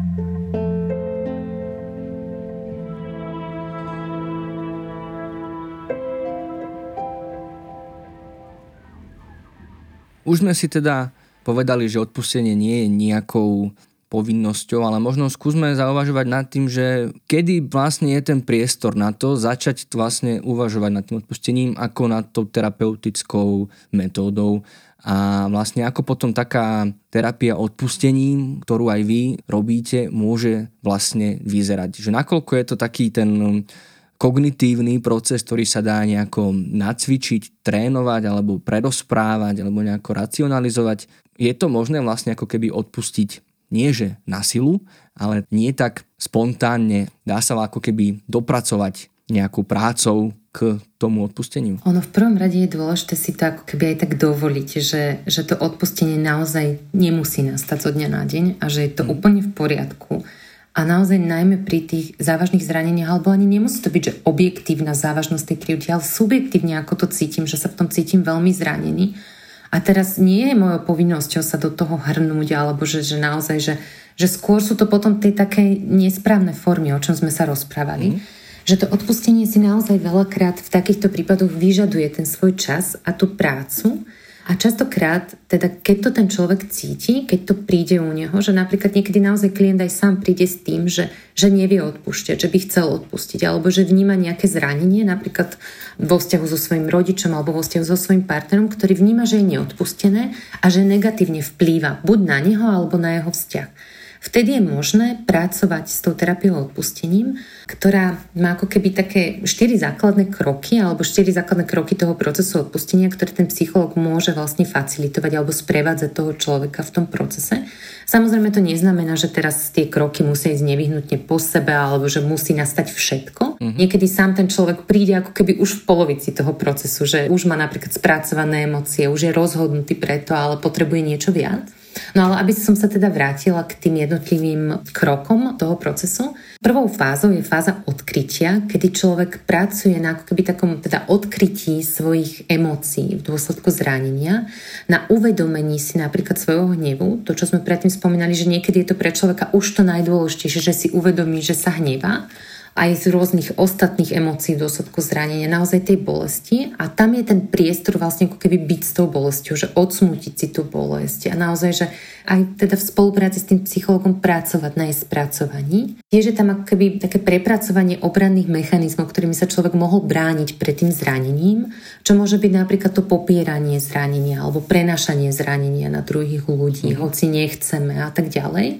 Už sme si teda povedali, že odpustenie nie je nejakou povinnosťou, ale možno skúsme zauvažovať nad tým, že kedy vlastne je ten priestor na to začať vlastne uvažovať nad tým odpustením ako nad tou terapeutickou metódou a vlastne ako potom taká terapia odpustením, ktorú aj vy robíte, môže vlastne vyzerať. Že nakoľko je to taký ten kognitívny proces, ktorý sa dá nejako nacvičiť, trénovať alebo predosprávať alebo nejako racionalizovať. Je to možné vlastne ako keby odpustiť nie že na silu, ale nie tak spontánne. Dá sa ako keby dopracovať nejakou prácou k tomu odpusteniu. Ono v prvom rade je dôležité si to ako keby aj tak dovoliť, že to odpustenie naozaj nemusí nastať zo dňa na deň a že je to úplne v poriadku. A naozaj najmä pri tých závažných zraneniach, alebo ani nemusí to byť, že objektívna závažnosť tej krivdy, ale subjektívne ako to cítim, že sa v tom cítim veľmi zranený. A teraz nie je mojou povinnosťou sa do toho hrnúť, alebo že naozaj, že skôr sú to potom tej takej nesprávne formy, o čom sme sa rozprávali. Že to odpustenie si naozaj veľakrát v takýchto prípadoch vyžaduje ten svoj čas a tú prácu. A častokrát, teda keď to ten človek cíti, keď to príde u neho, že napríklad niekedy naozaj klient aj sám príde s tým, že nevie odpúšťať, že by chcel odpustiť, alebo že vníma nejaké zranenie, napríklad vo vzťahu so svojím rodičom alebo vo vzťahu so svojím partnerom, ktorý vníma, že je neodpustené a že negatívne vplýva buď na neho alebo na jeho vzťah. Vtedy je možné pracovať s tou terapiou odpustením, ktorá má ako keby také 4 základné kroky alebo 4 základné kroky toho procesu odpustenia, ktoré ten psychológ môže vlastne facilitovať alebo sprevádzať toho človeka v tom procese. Samozrejme to neznamená, že teraz tie kroky musia ísť nevyhnutne po sebe alebo že musí nastať všetko. Niekedy sám ten človek príde ako keby už v polovici toho procesu, že už má napríklad spracované emócie, už je rozhodnutý preto, ale potrebuje niečo viac. No ale aby som sa teda vrátila k tým jednotlivým krokom toho procesu. Prvou fázou je fáza odkrytia, kedy človek pracuje na ako keby takom teda odkrytí svojich emócií v dôsledku zranenia, na uvedomení si napríklad svojho hnevu, to čo sme predtým spomínali, že niekedy je to pre človeka už to najdôležitejšie, že si uvedomí, že sa hnevá, aj z rôznych ostatných emócií v dôsledku zranenia, naozaj tej bolesti a tam je ten priestor vlastne ako keby byť s tou bolesťou, že odsmútiť si tú bolesť a naozaj, že aj teda v spolupráci s tým psychologom pracovať na jej spracovaní. Tiež je tam ako keby také prepracovanie obranných mechanizmov, ktorými sa človek mohol brániť pred tým zranením, čo môže byť napríklad to popieranie zranenia alebo prenášanie zranenia na druhých ľudí, hoci nechceme a tak ďalej.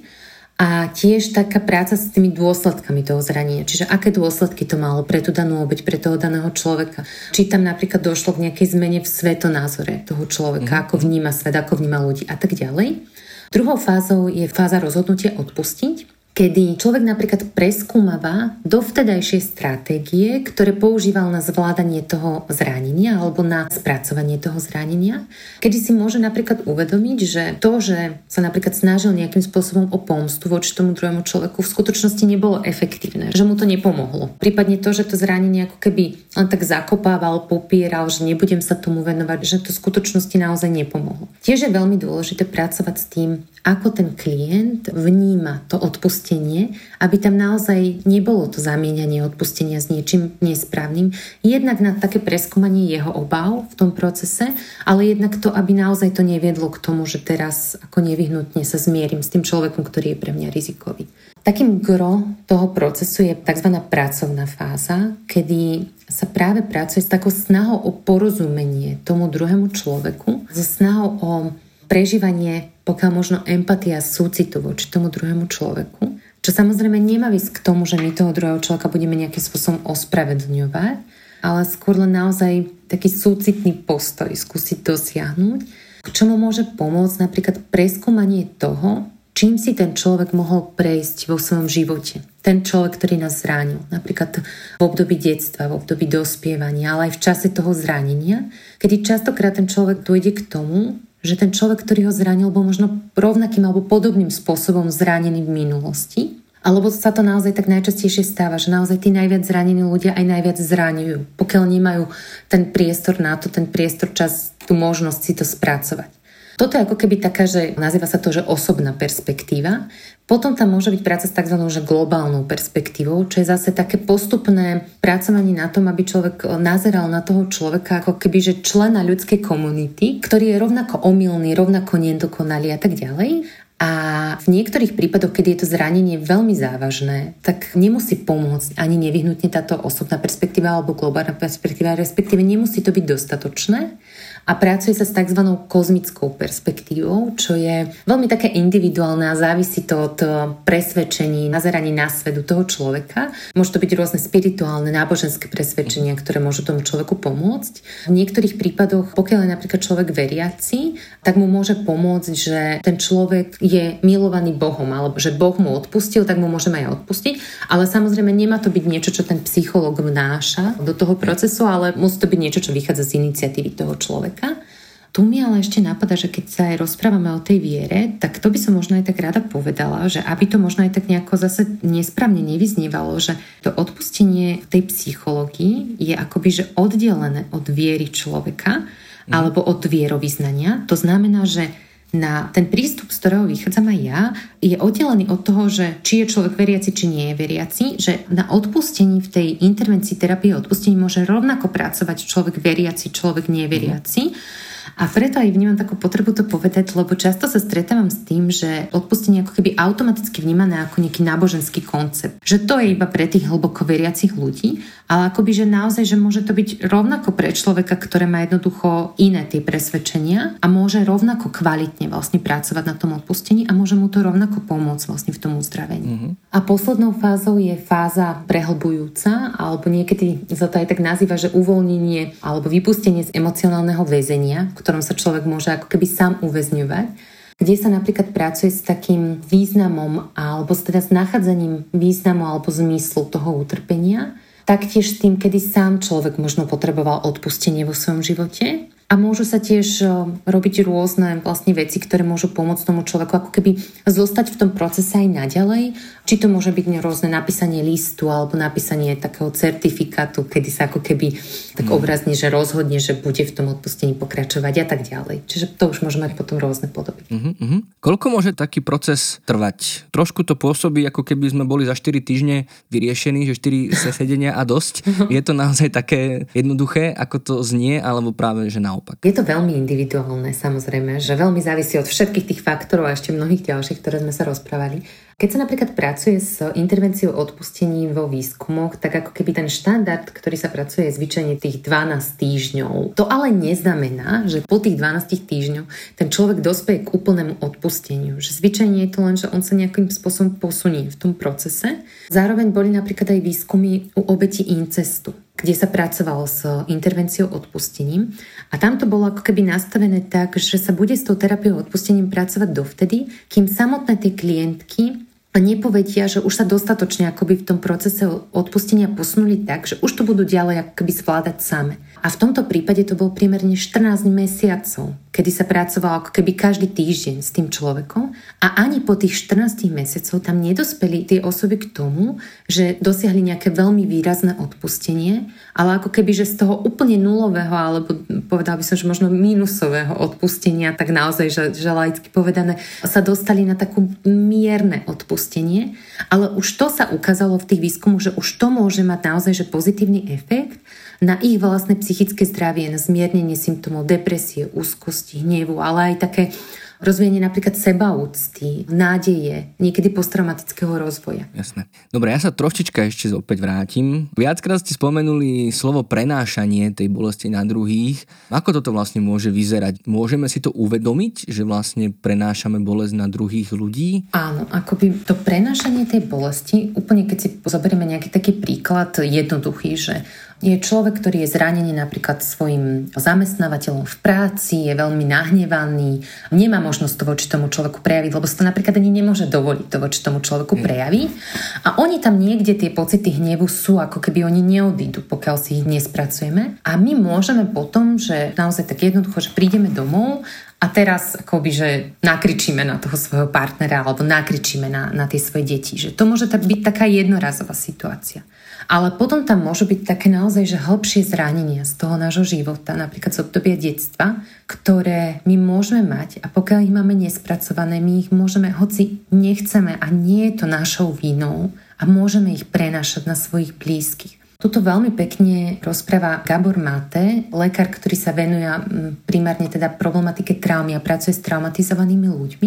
A tiež taká práca s tými dôsledkami toho zranenia. Čiže aké dôsledky to malo pre tú danú obeť, pre toho daného človeka. Či tam napríklad došlo k nejakej zmene v svetonázore toho človeka, ako vníma svet, ako vníma ľudí a tak ďalej. Druhou fázou je fáza rozhodnutia odpustiť, kedy človek napríklad preskúmava dovtedajšie stratégie, ktoré používal na zvládanie toho zranenia alebo na spracovanie toho zranenia, kedy si môže napríklad uvedomiť, že to, že sa napríklad snažil nejakým spôsobom o pomstu voči tomu druhému človeku, v skutočnosti nebolo efektívne, že mu to nepomohlo. Prípadne to, že to zranenie ako keby len tak zakopával, popieral, že nebudem sa tomu venovať, že to v skutočnosti naozaj nepomohlo. Tiež je veľmi dôležité pracovať s tým, ako ten klient vníma to odpustenie, aby tam naozaj nebolo to zamieňanie odpustenia s niečím nesprávnym. Jednak na také preskúmanie jeho obáv v tom procese, ale jednak to, aby naozaj to neviedlo k tomu, že teraz ako nevyhnutne sa zmierim s tým človekom, ktorý je pre mňa rizikový. Takým gro toho procesu je tzv. Pracovná fáza, kedy sa práve pracuje s takou snahou o porozumenie tomu druhému človeku, so snahou o prežívanie, pokiaľ možno empatia a súcitu voči tomu druhému človeku, čo samozrejme nemá ísť k tomu, že my toho druhého človeka budeme nejakým spôsobom ospravedlňovať, ale skôr len naozaj taký súcitný postoj skúsiť dosiahnuť, k čomu môže pomôcť napríklad preskúmanie toho, čím si ten človek mohol prejsť vo svojom živote. Ten človek, ktorý nás zranil, napríklad v období detstva, v období dospievania, ale aj v čase toho zranenia, kedy častokrát ten človek dôjde k tomu, že ten človek, ktorý ho zranil, bol možno rovnakým alebo podobným spôsobom zranený v minulosti. Alebo sa to naozaj tak najčastejšie stáva, že naozaj tí najviac zranení ľudia aj najviac zraňujú, pokiaľ nemajú ten priestor na to, ten priestor, čas, tú možnosť si to spracovať. Toto je ako keby taká, že nazýva sa to, že osobná perspektíva. Potom tam môže byť práca s tzv. Globálnou perspektívou, čo je zase také postupné pracovanie na tom, aby človek nazeral na toho človeka ako keby, že člena ľudskej komunity, ktorý je rovnako omylný, rovnako nedokonalý a tak ďalej. A v niektorých prípadoch, keď je to zranenie veľmi závažné, tak nemusí pomôcť ani nevyhnutne táto osobná perspektíva alebo globálna perspektíva, respektíve nemusí to byť dostatočné. A pracuje sa s tzv. Kozmickou perspektívou, čo je veľmi také individuálne a závisí to od presvedčení, nazeraní na svetu toho človeka. Môže to byť rôzne spirituálne, náboženské presvedčenia, ktoré môžu tomu človeku pomôcť. V niektorých prípadoch, pokiaľ je napríklad človek veriaci, tak mu môže pomôcť, že ten človek je milovaný Bohom, alebo že Boh mu odpustil, tak mu môžeme aj odpustiť. Ale samozrejme nemá to byť niečo, čo ten psychológ vnáša do toho procesu, ale musí to byť niečo, čo vychádza z iniciatívy toho človeka. Tu mi ale ešte napadá, že keď sa aj rozprávame o tej viere, tak to by som možno aj tak rada povedala, že aby to možno aj tak nejako zase nesprávne nevyznívalo, že to odpustenie v tej psychológii je akoby že oddelené od viery človeka alebo od vierovyznania. To znamená, že na ten prístup, z ktorého vychádzam aj ja, je oddelený od toho, že či je človek veriaci, či nie je veriaci, že na odpustení v tej intervencii terapie odpustení môže rovnako pracovať človek veriaci, človek neveriaci. A preto aj vnímam takú potrebu to povedať, lebo často sa stretávam s tým, že odpustenie ako keby automaticky vnímané ako nejaký náboženský koncept. Že to je iba pre tých hlboko veriacich ľudí, ale akoby, že naozaj, že môže to byť rovnako pre človeka, ktoré má jednoducho iné tie presvedčenia a môže rovnako kvalitne vlastne pracovať na tom odpustení a môže mu to rovnako pomôcť vlastne v tom uzdravení. A poslednou fázou je fáza prehlbujúca, alebo niekedy sa to aj tak nazýva, že uvoľnenie alebo vypustenie z emocionálneho väzenia, v ktorom sa človek môže ako keby sám uväzňovať, kde sa napríklad pracuje s takým významom alebo teda s nachádzaním významu alebo zmyslu toho utrpenia, taktiež s tým, kedy sám človek možno potreboval odpustenie vo svojom živote. A môžu sa tiež robiť rôzne vlastne veci, ktoré môžu pomôcť tomu človeku ako keby zostať v tom procese aj naďalej. Či to môže byť rôzne napísanie listu alebo napísanie takého certifikátu, kedy sa ako keby tak obrazne, že rozhodne, že bude v tom odpustení pokračovať a tak ďalej. Čiže to už môže mať potom rôzne podoby. Koľko môže taký proces trvať? Trošku to pôsobí, ako keby sme boli za 4 týždne vyriešení, že 4 sedenia a dosť. Je to naozaj také jednoduché, ako to znie, alebo práve, že naopak? Je to veľmi individuálne, samozrejme, že veľmi závisí od všetkých tých faktorov a ešte mnohých ďalších, ktoré sme sa rozprávali. Keď sa napríklad pracuje s intervenciou odpustení vo výskumoch, tak ako keby ten štandard, ktorý sa pracuje, je zvyčajne tých 12 týždňov. To ale neznamená, že po tých 12 týždňoch ten človek dospeje k úplnému odpusteniu. Že zvyčajne je to len, že on sa nejakým spôsobom posunie v tom procese. Zároveň boli napríklad aj výskumy u obetí incestu, kde sa pracovalo s intervenciou odpustením. A tam to bolo ako keby nastavené tak, že sa bude s tou terapiou odpustením pracovať dovtedy, kým samotné tie klientky nepovedia, že už sa dostatočne akoby v tom procese odpustenia posunuli tak, že už to budú ďalej ako keby zvládať same. A v tomto prípade to bol primerne 14 mesiacov, kedy sa pracovalo ako keby každý týždeň s tým človekom a ani po tých 14 mesiacov tam nedospeli tie osoby k tomu, že dosiahli nejaké veľmi výrazné odpustenie, ale ako keby, že z toho úplne nulového, alebo povedal by som, že možno mínusového odpustenia, tak naozaj, že laicky povedané, sa dostali na takú mierne odpustenie, ale už to sa ukázalo v tých výskumoch, že už to môže mať naozaj že pozitívny efekt na ich vlastné psychické zdravie, na zmiernenie symptómov depresie, úzkosti, hnevu, ale aj také rozvíjanie napríklad sebaúcty, nádeje, niekedy posttraumatického rozvoja. Jasné. Dobre, ja sa trošička ešte opäť vrátim. Viackrát ste spomenuli slovo prenášanie tej bolesti na druhých. Ako toto vlastne môže vyzerať? Môžeme si to uvedomiť, že vlastne prenášame bolesť na druhých ľudí? Áno, akoby to prenášanie tej bolesti, úplne keď si zoberieme nejaký taký príklad jednoduchý, že je človek, ktorý je zranený napríklad svojim zamestnávateľom v práci, je veľmi nahnevaný, nemá možnosť to voči tomu človeku prejaviť, lebo sa to napríklad ani nemôže dovoliť to voči tomu človeku prejaviť. A oni tam niekde tie pocity hnevu sú, ako keby oni neodídu, pokiaľ si ich nespracujeme. A my môžeme potom, že naozaj tak jednoducho, že prídeme domov a teraz akoby, že nakričíme na toho svojho partnera alebo nakričíme na tie svoje deti. Že to môže byť taká jednorazová situácia. Ale potom tam môžu byť také naozaj, že hlbšie zranenia z toho nášho života, napríklad z obdobia detstva, ktoré my môžeme mať a pokiaľ ich máme nespracované, my ich môžeme, hoci nechceme a nie je to našou vinou a môžeme ich prenášať na svojich blízkych. Tuto veľmi pekne rozpráva Gabor Mate, lekár, ktorý sa venuje primárne teda problematike traumy a pracuje s traumatizovanými ľuďmi.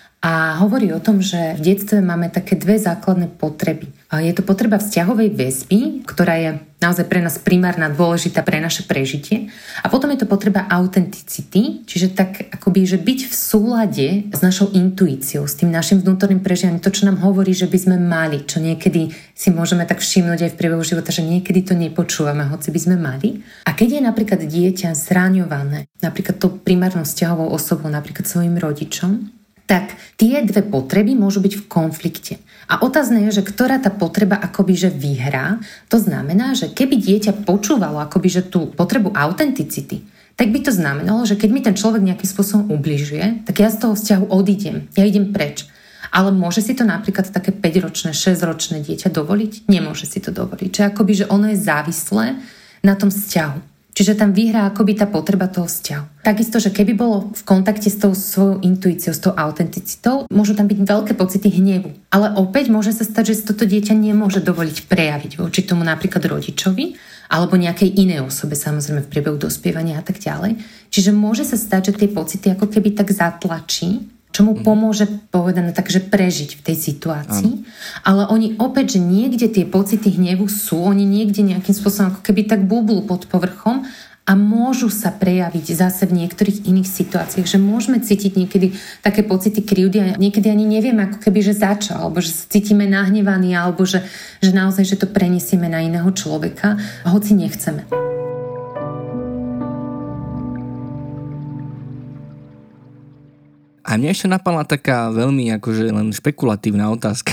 A hovorí o tom, že v detstve máme také dve základné potreby. A je to potreba vzťahovej väzby, ktorá je naozaj pre nás primárna, dôležitá pre naše prežitie. A potom je to potreba autenticity, čiže tak akoby, že byť v súlade s našou intuíciou, s tým našim vnútorným prežívaním, to, čo nám hovorí, že by sme mali, čo niekedy si môžeme tak všimnúť aj v priebehu života, že niekedy to nepočúvame, hoci by sme mali. A keď je napríklad dieťa zraňované, napríklad tou primárnou vzťahovou osobou, napríklad svojim rodičom, tak tie dve potreby môžu byť v konflikte. A otázne je, že ktorá tá potreba akoby že vyhrá. To znamená, že keby dieťa počúvalo akoby že tú potrebu autenticity, tak by to znamenalo, že keď mi ten človek nejakým spôsobom ubližuje, tak ja z toho vzťahu odídem. Ja idem preč. Ale môže si to napríklad také 5-ročné, 6-ročné dieťa dovoliť? Nemôže si to dovoliť. Čiže akoby, že ono je závislé na tom vzťahu. Čiže tam vyhrá akoby tá potreba toho vzťahu. Takisto, že keby bolo v kontakte s tou svojou intuíciou, s tou autenticitou, môžu tam byť veľké pocity hnevu. Ale opäť môže sa stať, že toto dieťa nemôže dovoliť prejaviť voči tomu napríklad rodičovi alebo nejakej inej osobe, samozrejme v priebehu dospievania a tak ďalej. Čiže môže sa stať, že tie pocity ako keby tak zatlačí, čo mu pomôže, povedané tak, že prežiť v tej situácii. Ale oni opäť, že niekde tie pocity hnevu sú, oni niekde nejakým spôsobom ako keby tak bublú pod povrchom a môžu sa prejaviť zase v niektorých iných situáciách, že môžeme cítiť niekedy také pocity krivdy a niekedy ani nevieme, ako keby, že začal, alebo že sa cítime nahnevaní, alebo že naozaj, že to prenesieme na iného človeka, hoci nechceme. A mne ešte napadla taká veľmi akože len špekulatívna otázka.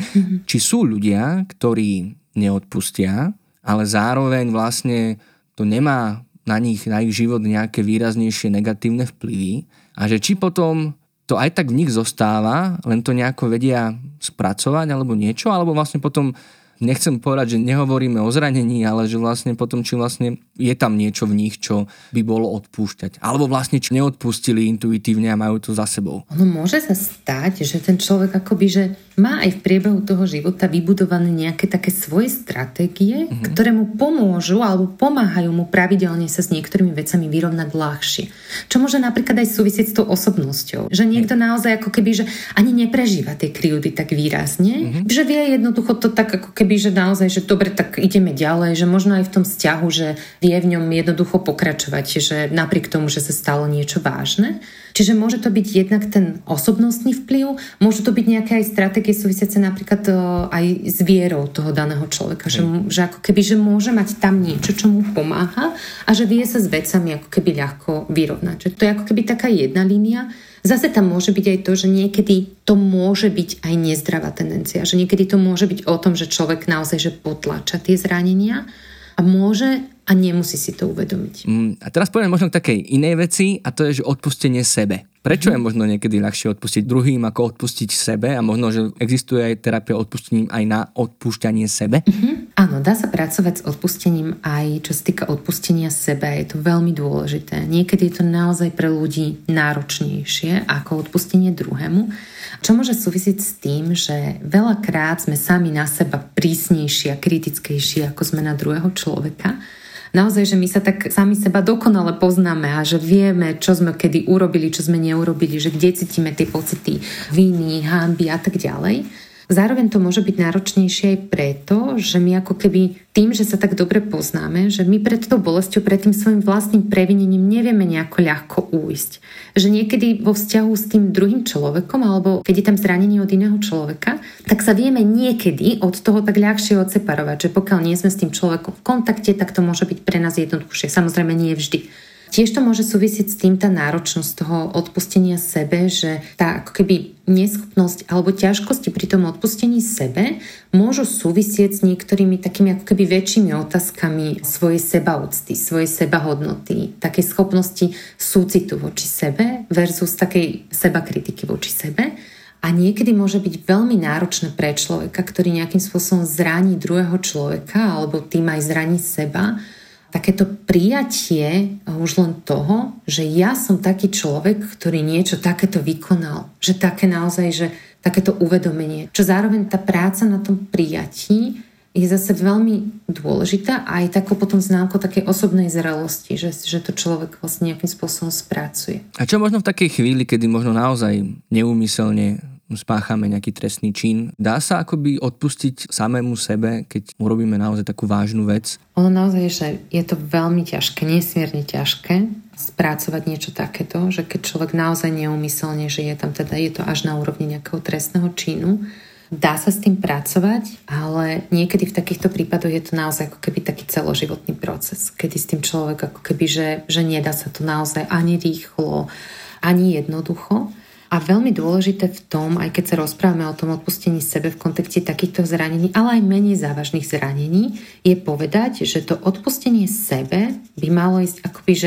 Či sú ľudia, ktorí neodpustia, ale zároveň vlastne to nemá na ich život nejaké výraznejšie negatívne vplyvy a že či potom to aj tak v nich zostáva, len to nejako vedia spracovať alebo niečo, alebo vlastne potom nechcem povedať, že nehovoríme o zranení, ale že vlastne potom, či vlastne je tam niečo v nich, čo by bolo odpúšťať. Alebo vlastne, či neodpustili intuitívne a majú to za sebou. Ono môže sa stať, že ten človek akoby, že má aj v priebehu toho života vybudované nejaké také svoje stratégie, ktoré mu pomôžu alebo pomáhajú mu pravidelne sa s niektorými vecami vyrovnať ľahšie. Čo môže napríklad aj súvisieť s tou osobnosťou. Že niekto naozaj ako keby, že ani neprežíva tie krivdy tak výrazne, že vie jednoducho to tak ako keby, že naozaj, že dobre, tak ideme ďalej, že možno aj v tom vzťahu, že vie v ňom jednoducho pokračovať, že napriek tomu, že sa stalo niečo vážne. Čiže môže to byť jednak ten osobnostný vplyv, môžu to byť nejaké aj stratégie súvisiace napríklad aj s vierou toho daného človeka, že ako keby, že môže mať tam niečo, čo mu pomáha a že vie sa s vecami ako keby ľahko vyrovnať. Že to je ako keby taká jedna línia. Zase tam môže byť aj to, že niekedy to môže byť aj nezdravá tendencia, že niekedy to môže byť o tom, že človek naozaj že potláča tie zranenia a môže a nemusí si to uvedomiť. A teraz poviem možno k takej inej veci a to je, že odpustenie sebe. Prečo je možno niekedy ľahšie odpustiť druhým ako odpustiť sebe a možno, že existuje aj terapia odpustením aj na odpúšťanie sebe? Áno, dá sa pracovať s odpustením aj čo sa týka odpustenia sebe. Je to veľmi dôležité. Niekedy je to naozaj pre ľudí náročnejšie ako odpustenie druhému. Čo môže súvisieť s tým, že veľakrát sme sami na seba prísnejší a kritickejší ako sme na druhého človeka. Naozaj, že my sa tak sami seba dokonale poznáme a že vieme, čo sme kedy urobili, čo sme neurobili, že kde cítime tie pocity viny, hanby a tak ďalej. Zároveň to môže byť náročnejšie aj preto, že my ako keby tým, že sa tak dobre poznáme, že my pred tou bolesťou, pred tým svojim vlastným previnením nevieme nejako ľahko újsť. Že niekedy vo vzťahu s tým druhým človekom alebo keď je tam zranenie od iného človeka, tak sa vieme niekedy od toho tak ľahšie odseparovať, že pokiaľ nie sme s tým človekom v kontakte, tak to môže byť pre nás jednoduchšie. Samozrejme nie vždy. Tiež to môže súvisieť s tým tá náročnosť toho odpustenia sebe, že tá ako keby neschopnosť alebo ťažkosti pri tom odpustení sebe môžu súvisieť s niektorými takými ako keby väčšími otázkami svojej sebaúcty, svojej sebahodnoty, takej schopnosti súcitu voči sebe versus takej sebakritiky voči sebe. A niekedy môže byť veľmi náročné pre človeka, ktorý nejakým spôsobom zraní druhého človeka alebo tým aj zraní seba, takéto prijatie už len toho, že ja som taký človek, ktorý niečo takéto vykonal. Že také naozaj, že takéto uvedomenie. Čo zároveň tá práca na tom prijatí je zase veľmi dôležitá a aj takou potom známkou takej osobnej zrelosti, že to človek vlastne nejakým spôsobom spracuje. A čo možno v takej chvíli, kedy možno naozaj neúmyselne spáchame nejaký trestný čin. Dá sa akoby odpustiť samému sebe, keď urobíme naozaj takú vážnu vec? Ono naozaj, že je to veľmi ťažké, nesmierne ťažké spracovať niečo takéto, že keď človek naozaj neúmyselne, že je tam teda, je to až na úrovni nejakého trestného činu, dá sa s tým pracovať, ale niekedy v takýchto prípadoch je to naozaj ako keby taký celoživotný proces, kedy s tým človek ako keby, že nedá sa to naozaj ani rýchlo, ani jednoducho. A veľmi dôležité v tom, aj keď sa rozprávame o tom odpustení sebe v kontexte takýchto zranení, ale aj menej závažných zranení, je povedať, že to odpustenie sebe by malo ísť akoby, že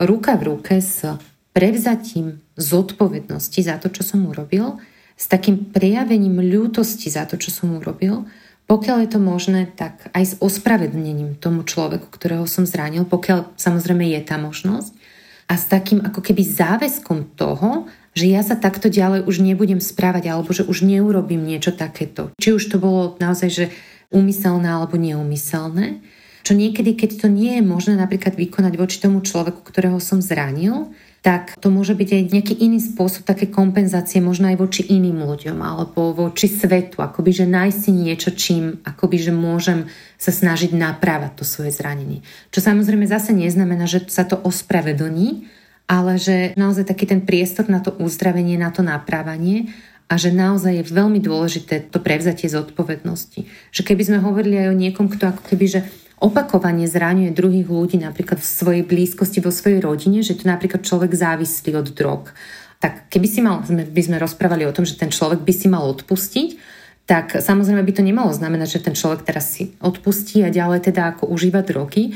ruka v ruke s prevzatím zodpovednosti za to, čo som urobil, s takým prejavením ľútosti za to, čo som urobil, pokiaľ je to možné, tak aj s ospravedlnením tomu človeku, ktorého som zranil, pokiaľ samozrejme je tá možnosť, a s takým ako keby záväzkom toho, že ja sa takto ďalej už nebudem správať alebo že už neurobím niečo takéto. Či už to bolo naozaj, že úmyselné alebo neúmyselné. Čo niekedy, keď to nie je možné napríklad vykonať voči tomu človeku, ktorého som zranil, tak to môže byť aj nejaký iný spôsob také kompenzácie, možno aj voči iným ľuďom alebo voči svetu, akoby, že nájsť si niečo, čím akoby, že môžem sa snažiť naprávať to svoje zranenie. Čo samozrejme zase neznamená, že sa to ospravedlní, ale že naozaj taký ten priestor na to uzdravenie, na to naprávanie a že naozaj je veľmi dôležité to prevzatie zodpovednosti. Že keby sme hovorili aj o niekom, kto ako keby, že opakovane zraňuje druhých ľudí napríklad v svojej blízkosti, vo svojej rodine, že to napríklad človek závislý od drog. Tak keby by sme rozprávali o tom, že ten človek by si mal odpustiť, tak samozrejme by to nemalo znamenať, že ten človek teraz si odpustí a ďalej teda ako užíva drogy,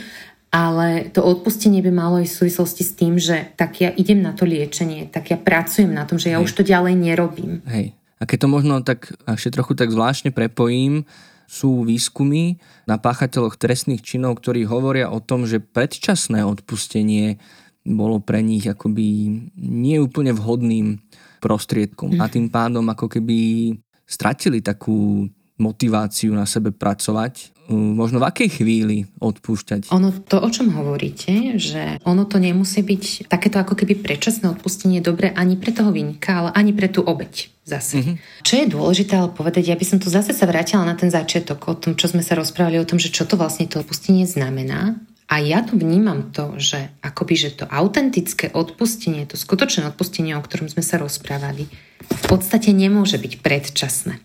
ale to odpustenie by malo ísť v súvislosti s tým, že tak ja idem na to liečenie, tak ja pracujem na tom, že ja už to ďalej nerobím. Hej. A keď to možno tak ešte trochu tak zvláštne prepojím, sú výskumy na páchateľoch trestných činov, ktorí hovoria o tom, že predčasné odpustenie bolo pre nich akoby nie úplne vhodným prostriedkom a tým pádom ako keby stratili takú motiváciu na sebe pracovať. Možno v akej chvíli odpúšťať? Ono to, o čom hovoríte, že ono to nemusí byť takéto ako keby predčasné odpustenie dobre ani pre toho vinníka, ale ani pre tú obeť zase. Čo je dôležité ale povedať, ja by som tu zase sa vrátila na ten začiatok o tom, čo sme sa rozprávali o tom, že čo to vlastne to odpustenie znamená. A ja tu vnímam to, že akoby, že to autentické odpustenie, to skutočné odpustenie, o ktorom sme sa rozprávali, v podstate nemôže byť predčasné.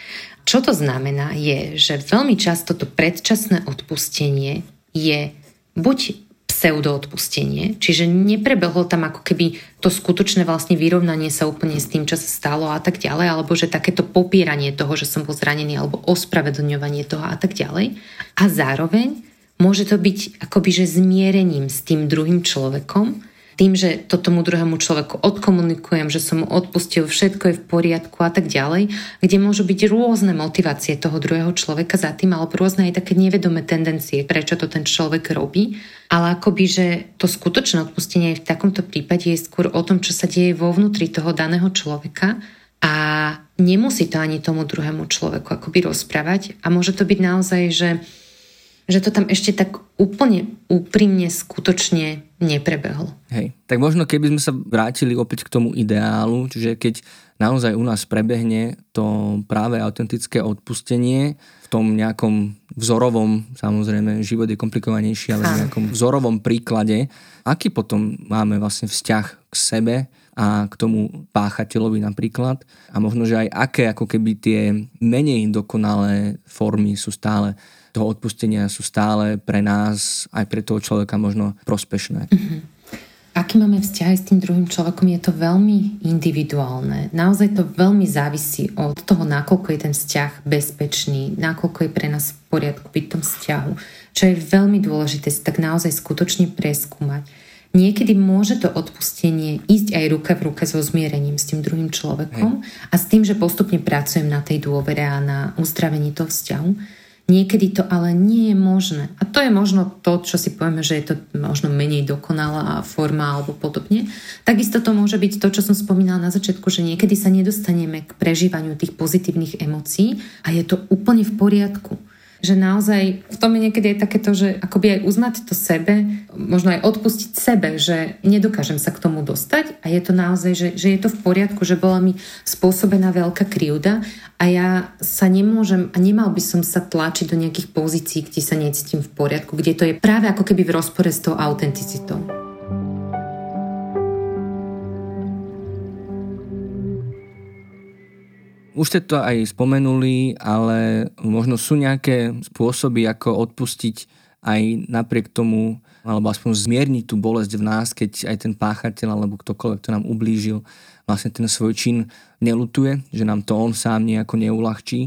Čo to znamená je, že veľmi často to predčasné odpustenie je buď pseudoodpustenie, čiže neprebehlo tam ako keby to skutočné vlastne vyrovnanie sa úplne s tým, čo sa stalo a tak ďalej, alebo že takéto popieranie toho, že som bol zranený, alebo ospravedlňovanie toho a tak ďalej. A zároveň môže to byť akoby že zmierením s tým druhým človekom, tým, že to tomu druhému človeku odkomunikujem, že som mu odpustil, všetko je v poriadku a tak ďalej, kde môžu byť rôzne motivácie toho druhého človeka za tým, alebo rôzne aj také nevedomé tendencie, prečo to ten človek robí. Ale akoby, že to skutočné odpustenie v takomto prípade je skôr o tom, čo sa deje vo vnútri toho daného človeka a nemusí to ani tomu druhému človeku akoby rozprávať a môže to byť naozaj, že to tam ešte tak úplne úprimne skutočne neprebehlo. Hej, tak možno keby sme sa vrátili opäť k tomu ideálu, čiže keď naozaj u nás prebehne to práve autentické odpustenie v tom nejakom vzorovom, samozrejme, život je komplikovanejší, ale v nejakom vzorovom príklade, aký potom máme vlastne vzťah k sebe a k tomu páchateľovi napríklad a možno, že aj aké ako keby tie menej dokonalé formy sú stále toho odpustenia sú stále pre nás, aj pre toho človeka možno prospešné. Aký máme vzťah s tým druhým človekom, je to veľmi individuálne. Naozaj to veľmi závisí od toho, nakoľko je ten vzťah bezpečný, nakoľko je pre nás v poriadku byť v tom vzťahu. Čo je veľmi dôležité si tak naozaj skutočne preskúmať. Niekedy môže to odpustenie ísť aj ruka v ruke so zmierením s tým druhým človekom a s tým, že postupne pracujem na tej dôvere a na uzdravení toho vzťahu. Niekedy to ale nie je možné. A to je možno to, čo si povieme, že je to možno menej dokonalá forma alebo podobne. Takisto to môže byť to, čo som spomínala na začiatku, že niekedy sa nedostaneme k prežívaniu tých pozitívnych emócií a je to úplne v poriadku. Že naozaj v tom je niekedy aj takéto, že akoby aj uznať to sebe, možno aj odpustiť sebe, že nedokážem sa k tomu dostať a je to naozaj, že je to v poriadku, že bola mi spôsobená veľká krivda a ja sa nemôžem a nemal by som sa tlačiť do nejakých pozícií, kde sa necítim v poriadku, kde to je práve ako keby v rozpore s tou autenticitou. Už ste to aj spomenuli, ale možno sú nejaké spôsoby, ako odpustiť aj napriek tomu, alebo aspoň zmierniť tú bolesť v nás, keď aj ten páchateľ alebo ktokoľvek, kto nám ublížil, vlastne ten svoj čin neľutuje, že nám to on sám nejako neulahčí.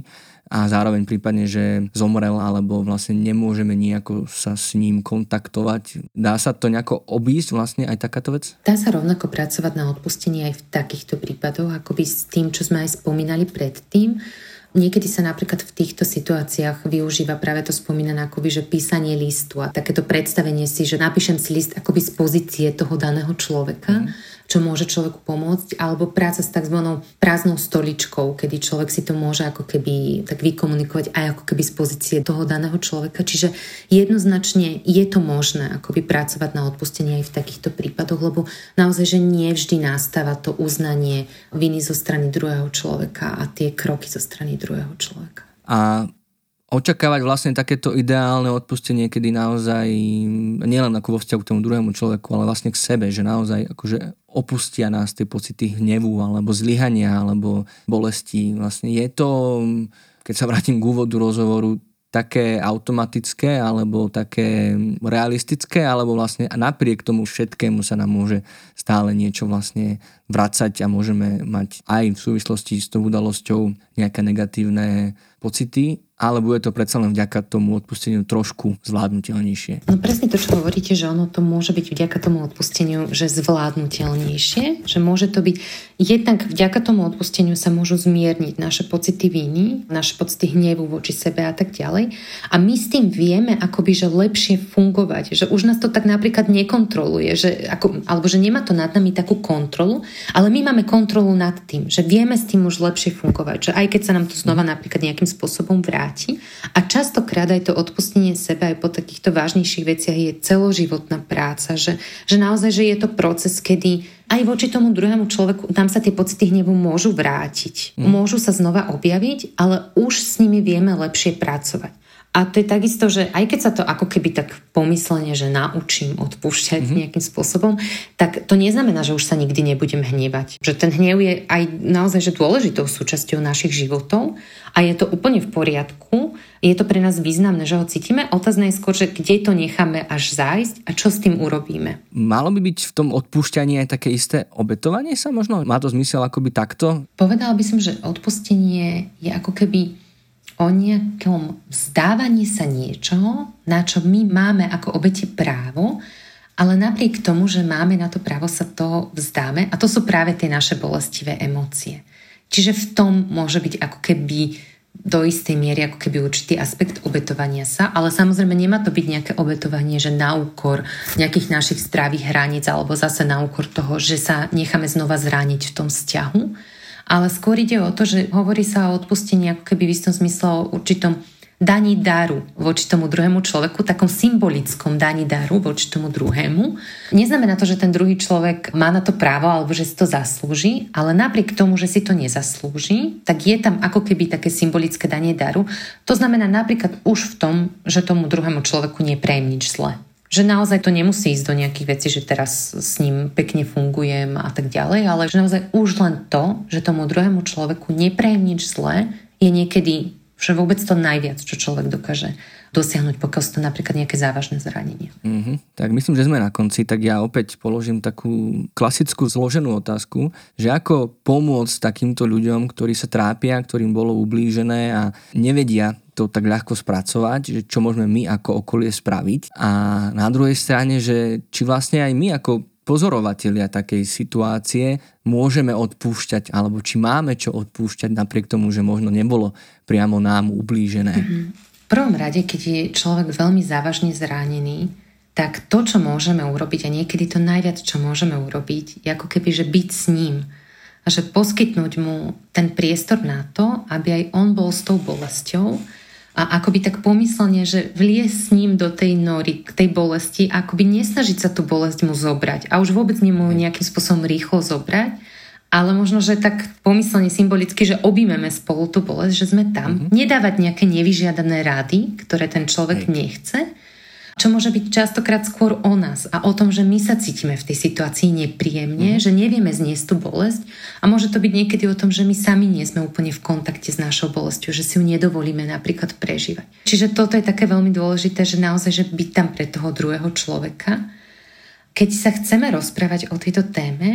a zároveň prípadne, že zomrel alebo vlastne nemôžeme nejako sa s ním kontaktovať. Dá sa to nejako obísť vlastne aj takáto vec? Dá sa rovnako pracovať na odpustení aj v takýchto prípadoch, akoby s tým, čo sme aj spomínali predtým. Niekedy sa napríklad v týchto situáciách využíva práve to spomínané akoby, že písanie listu a takéto predstavenie si, že napíšem si list akoby z pozície toho daného človeka, čo môže človeku pomôcť, alebo práca s takzvanou prázdnou stoličkou, kedy človek si to môže ako keby tak vykomunikovať aj ako keby z pozície toho daného človeka. Čiže jednoznačne je to možné akoby pracovať na odpustenie aj v takýchto prípadoch, lebo naozaj, že nie vždy nastáva to uznanie viny zo strany druhého človeka a tie kroky zo strany druhého človeka. A očakávať vlastne takéto ideálne odpustenie, kedy naozaj nielen ako vo vzťahu k tomu druhému človeku, ale vlastne k sebe, že naozaj akože opustia nás tie pocity hnevu alebo zlyhania alebo bolesti. Vlastne je to, keď sa vrátim k úvodu rozhovoru, také automatické alebo také realistické, alebo vlastne napriek tomu všetkému sa nám môže stále niečo vlastne vracať a môžeme mať aj v súvislosti s tou udalosťou nejaké negatívne pocity, ale bude to predsa len vďaka tomu odpusteniu trošku zvládnutelnejšie. No presne to, čo hovoríte, že ono to môže byť vďaka tomu odpusteniu, že zvládnutelnejšie, že môže to byť jednak vďaka tomu odpusteniu sa môžu zmierniť naše pocity viny, naše pocity hnevu voči sebe a tak ďalej. A my s tým vieme akoby, že lepšie fungovať, že už nás to tak napríklad nekontroluje, alebo že nemá to nad nami takú kontrolu, ale my máme kontrolu nad tým, že vieme s tým už lepšie fungovať, že aj keď sa nám to znova napríklad nejakým spôsobom vráti. A častokrát aj to odpustenie seba aj po takýchto vážnejších veciach je celoživotná práca, že naozaj, že je to proces, kedy aj voči tomu druhému človeku tam sa tie pocity hnevu môžu vrátiť. Môžu sa znova objaviť, ale už s nimi vieme lepšie pracovať. A to je takisto, že aj keď sa to ako keby tak pomyslene, že naučím odpúšťať nejakým spôsobom, tak to neznamená, že už sa nikdy nebudem hnevať. Že ten hnev je aj naozaj že dôležitou súčasťou našich životov a je to úplne v poriadku. Je to pre nás významné, že ho cítime. Otázne je skôr, že kde to necháme až zájsť a čo s tým urobíme. Malo by byť v tom odpúšťaní aj také isté obetovanie sa možno? Má to zmysel akoby takto? Povedala by som, že odpustenie je ako keby o nejakom vzdávaní sa niečoho, na čo my máme ako obete právo, ale napriek tomu, že máme na to právo, sa toho vzdáme a to sú práve tie naše bolestivé emócie. Čiže v tom môže byť ako keby do istej miery ako keby určitý aspekt obetovania sa, ale samozrejme nemá to byť nejaké obetovanie, že na úkor nejakých našich zdravých hraníc alebo zase na úkor toho, že sa necháme znova zrániť v tom vzťahu. Ale skôr ide o to, že hovorí sa o odpustení ako keby v istom zmysle o určitom daní daru voči tomu druhému človeku, takom symbolickom daní daru voči tomu druhému. Neznamená to, že ten druhý človek má na to právo alebo že si to zaslúži, ale napriek tomu, že si to nezaslúži, tak je tam ako keby také symbolické danie daru. To znamená napríklad už v tom, že tomu druhému človeku neprajem nič zlé. Že naozaj to nemusí ísť do nejakých vecí, že teraz s ním pekne fungujem a tak ďalej, ale že naozaj už len to, že tomu druhému človeku neprajem nič zlé, je niekedy že vôbec to najviac, čo človek dokáže dosiahnuť, pokiaľ sú to napríklad nejaké závažné zranenie. Tak myslím, že sme na konci, tak ja opäť položím takú klasickú zloženú otázku, že ako pomôcť takýmto ľuďom, ktorí sa trápia, ktorým bolo ublížené a nevedia to tak ľahko spracovať, že čo môžeme my ako okolie spraviť. A na druhej strane, že či vlastne aj my ako pozorovatelia takej situácie môžeme odpúšťať, alebo či máme čo odpúšťať napriek tomu, že možno nebolo priamo nám ublížené. V prvom rade, keď je človek veľmi závažne zranený, tak to, čo môžeme urobiť, a niekedy to najviac, čo môžeme urobiť, je ako keby, že byť s ním. A že poskytnúť mu ten priestor na to, aby aj on bol s tou bolesťou a akoby tak pomyslenie, že vliesť s ním do tej nory, k tej bolesti a akoby nesnažiť sa tú bolesť mu zobrať a už vôbec nemu nejakým spôsobom rýchlo zobrať, ale možno, že tak pomyslenie symbolicky, že objímeme spolu tú bolesť, že sme tam, nedávať nejaké nevyžiadané rady, ktoré ten človek nechce, čo môže byť častokrát skôr o nás a o tom, že my sa cítime v tej situácii nepríjemne, že nevieme zniesť tú bolesť a môže to byť niekedy o tom, že my sami nie sme úplne v kontakte s našou bolesťou, že si ju nedovolíme napríklad prežívať. Čiže toto je také veľmi dôležité, že naozaj, že byť tam pre toho druhého človeka. Keď sa chceme rozprávať o tejto téme,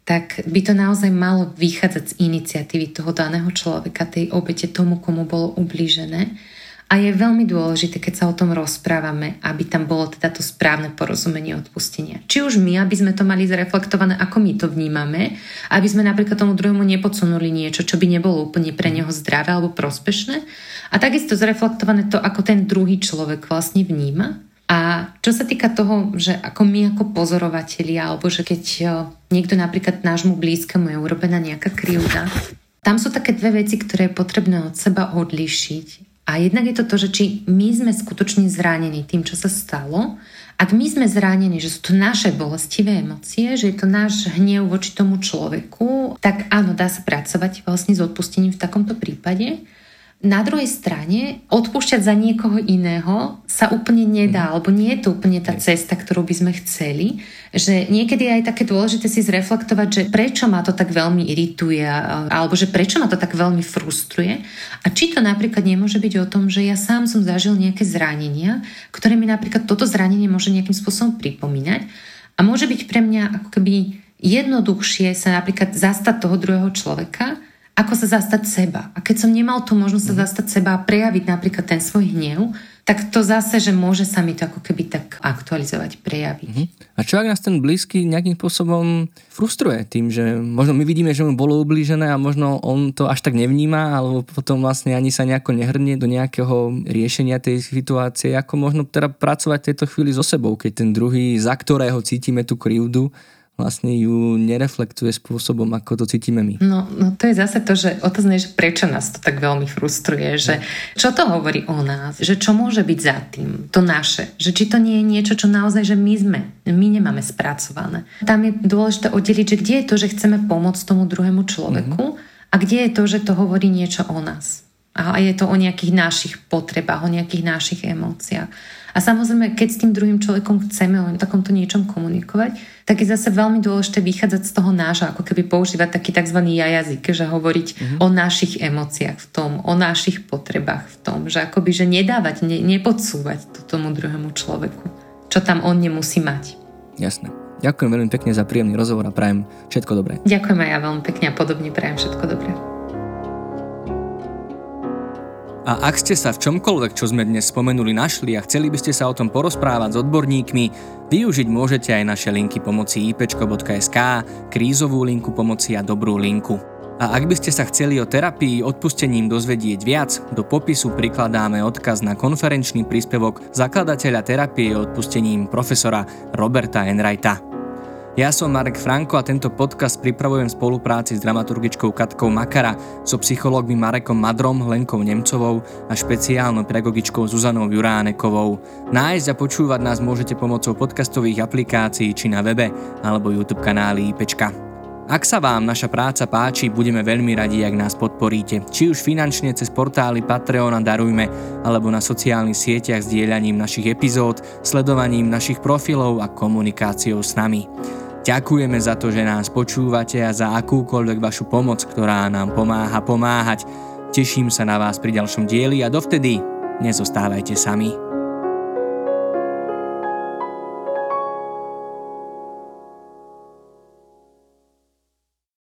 tak by to naozaj malo vychádzať z iniciatívy toho daného človeka, tej obete, tomu, komu bolo ublížené. A je veľmi dôležité, keď sa o tom rozprávame, aby tam bolo teda to správne porozumenie odpustenia. Či už my, aby sme to mali zreflektované, ako my to vnímame, aby sme napríklad tomu druhému nepodsunuli niečo, čo by nebolo úplne pre neho zdravé alebo prospešné. A takisto zreflektované to, ako ten druhý človek vlastne vníma. A čo sa týka toho, že ako my ako pozorovatelia, alebo že keď niekto napríklad nášmu blízkemu je urobená nejaká krivda, tam sú také dve veci, ktoré je potrebné od seba odlíšiť. A jednak je to, že či my sme skutočne zranení tým, čo sa stalo. Ak my sme zranení, že sú to naše bolestivé emócie, že je to náš hnev voči tomu človeku, tak áno, dá sa pracovať vlastne s odpustením v takomto prípade. Na druhej strane, odpúšťať za niekoho iného sa úplne nedá, alebo nie je to úplne tá cesta, ktorú by sme chceli. Že niekedy je aj také dôležité si zreflektovať, že prečo ma to tak veľmi irituje, alebo že prečo ma to tak veľmi frustruje. A či to napríklad nemôže byť o tom, že ja sám som zažil nejaké zranenia, ktoré mi napríklad toto zranenie môže nejakým spôsobom pripomínať. A môže byť pre mňa ako keby jednoduchšie sa napríklad zastať toho druhého človeka, ako sa zastať seba. A keď som nemal tú možnosť sa zastať seba a prejaviť napríklad ten svoj hnev, tak to zase, že môže sa mi to ako keby tak aktualizovať, prejaviť. A čo ak nás ten blízky nejakým spôsobom frustruje tým, že možno my vidíme, že mu bolo ublížené a možno on to až tak nevníma, alebo potom vlastne ani sa nejako nehrnie do nejakého riešenia tej situácie, ako možno teda pracovať v tejto chvíli so sebou, keď ten druhý, za ktorého cítime tú krivdu, vlastne ju nereflektuje spôsobom, ako to cítime my. No to je zase to, že otázne je, že prečo nás to tak veľmi frustruje, že čo to hovorí o nás, že čo môže byť za tým, to naše, že či to nie je niečo, čo naozaj, že my nemáme spracované. Tam je dôležité oddeliť, že kde je to, že chceme pomôcť tomu druhému človeku a kde je to, že to hovorí niečo o nás. A je to o nejakých našich potrebách, o nejakých našich emóciách. A samozrejme, keď s tým druhým človekom chceme o takomto niečom komunikovať, tak je zase veľmi dôležité vychádzať z toho nášho, ako keby používať taký tzv. Jazyk, že hovoriť o našich emóciách v tom, o našich potrebách v tom, že akoby, že nedávať, nepodsúvať to tomu druhému človeku, čo tam on nemusí mať. Jasné. Ďakujem veľmi pekne za príjemný rozhovor a prajem všetko dobré. Ďakujem aj ja veľmi pekne a podobne prajem všetko dobré. A ak ste sa v čomkoľvek, čo sme dnes spomenuli, našli a chceli by ste sa o tom porozprávať s odborníkmi, využiť môžete aj naše linky pomoci ipčko.sk, krízovú linku pomoci a dobrú linku. A ak by ste sa chceli o terapii odpustením dozvedieť viac, do popisu prikladáme odkaz na konferenčný príspevok zakladateľa terapie odpustením profesora Roberta Enrighta. Ja som Marek Franko a tento podcast pripravujem v spolupráci s dramaturgičkou Katkou Makara, so psychológmi Marekom Madrom, Lenkou Nemcovou a špeciálnou pedagogičkou Zuzanou Juránekovou. Nájsť a počúvať nás môžete pomocou podcastových aplikácií či na webe alebo YouTube kanáli IPčka. Ak sa vám naša práca páči, budeme veľmi radi, ak nás podporíte, či už finančne cez portály Patreon a Darujme, alebo na sociálnych sieťach zdieľaním našich epizód, sledovaním našich profilov a komunikáciou s nami. Ďakujeme za to, že nás počúvate a za akúkoľvek vašu pomoc, ktorá nám pomáha pomáhať. Teším sa na vás pri ďalšom dieli a dovtedy nezostávajte sami.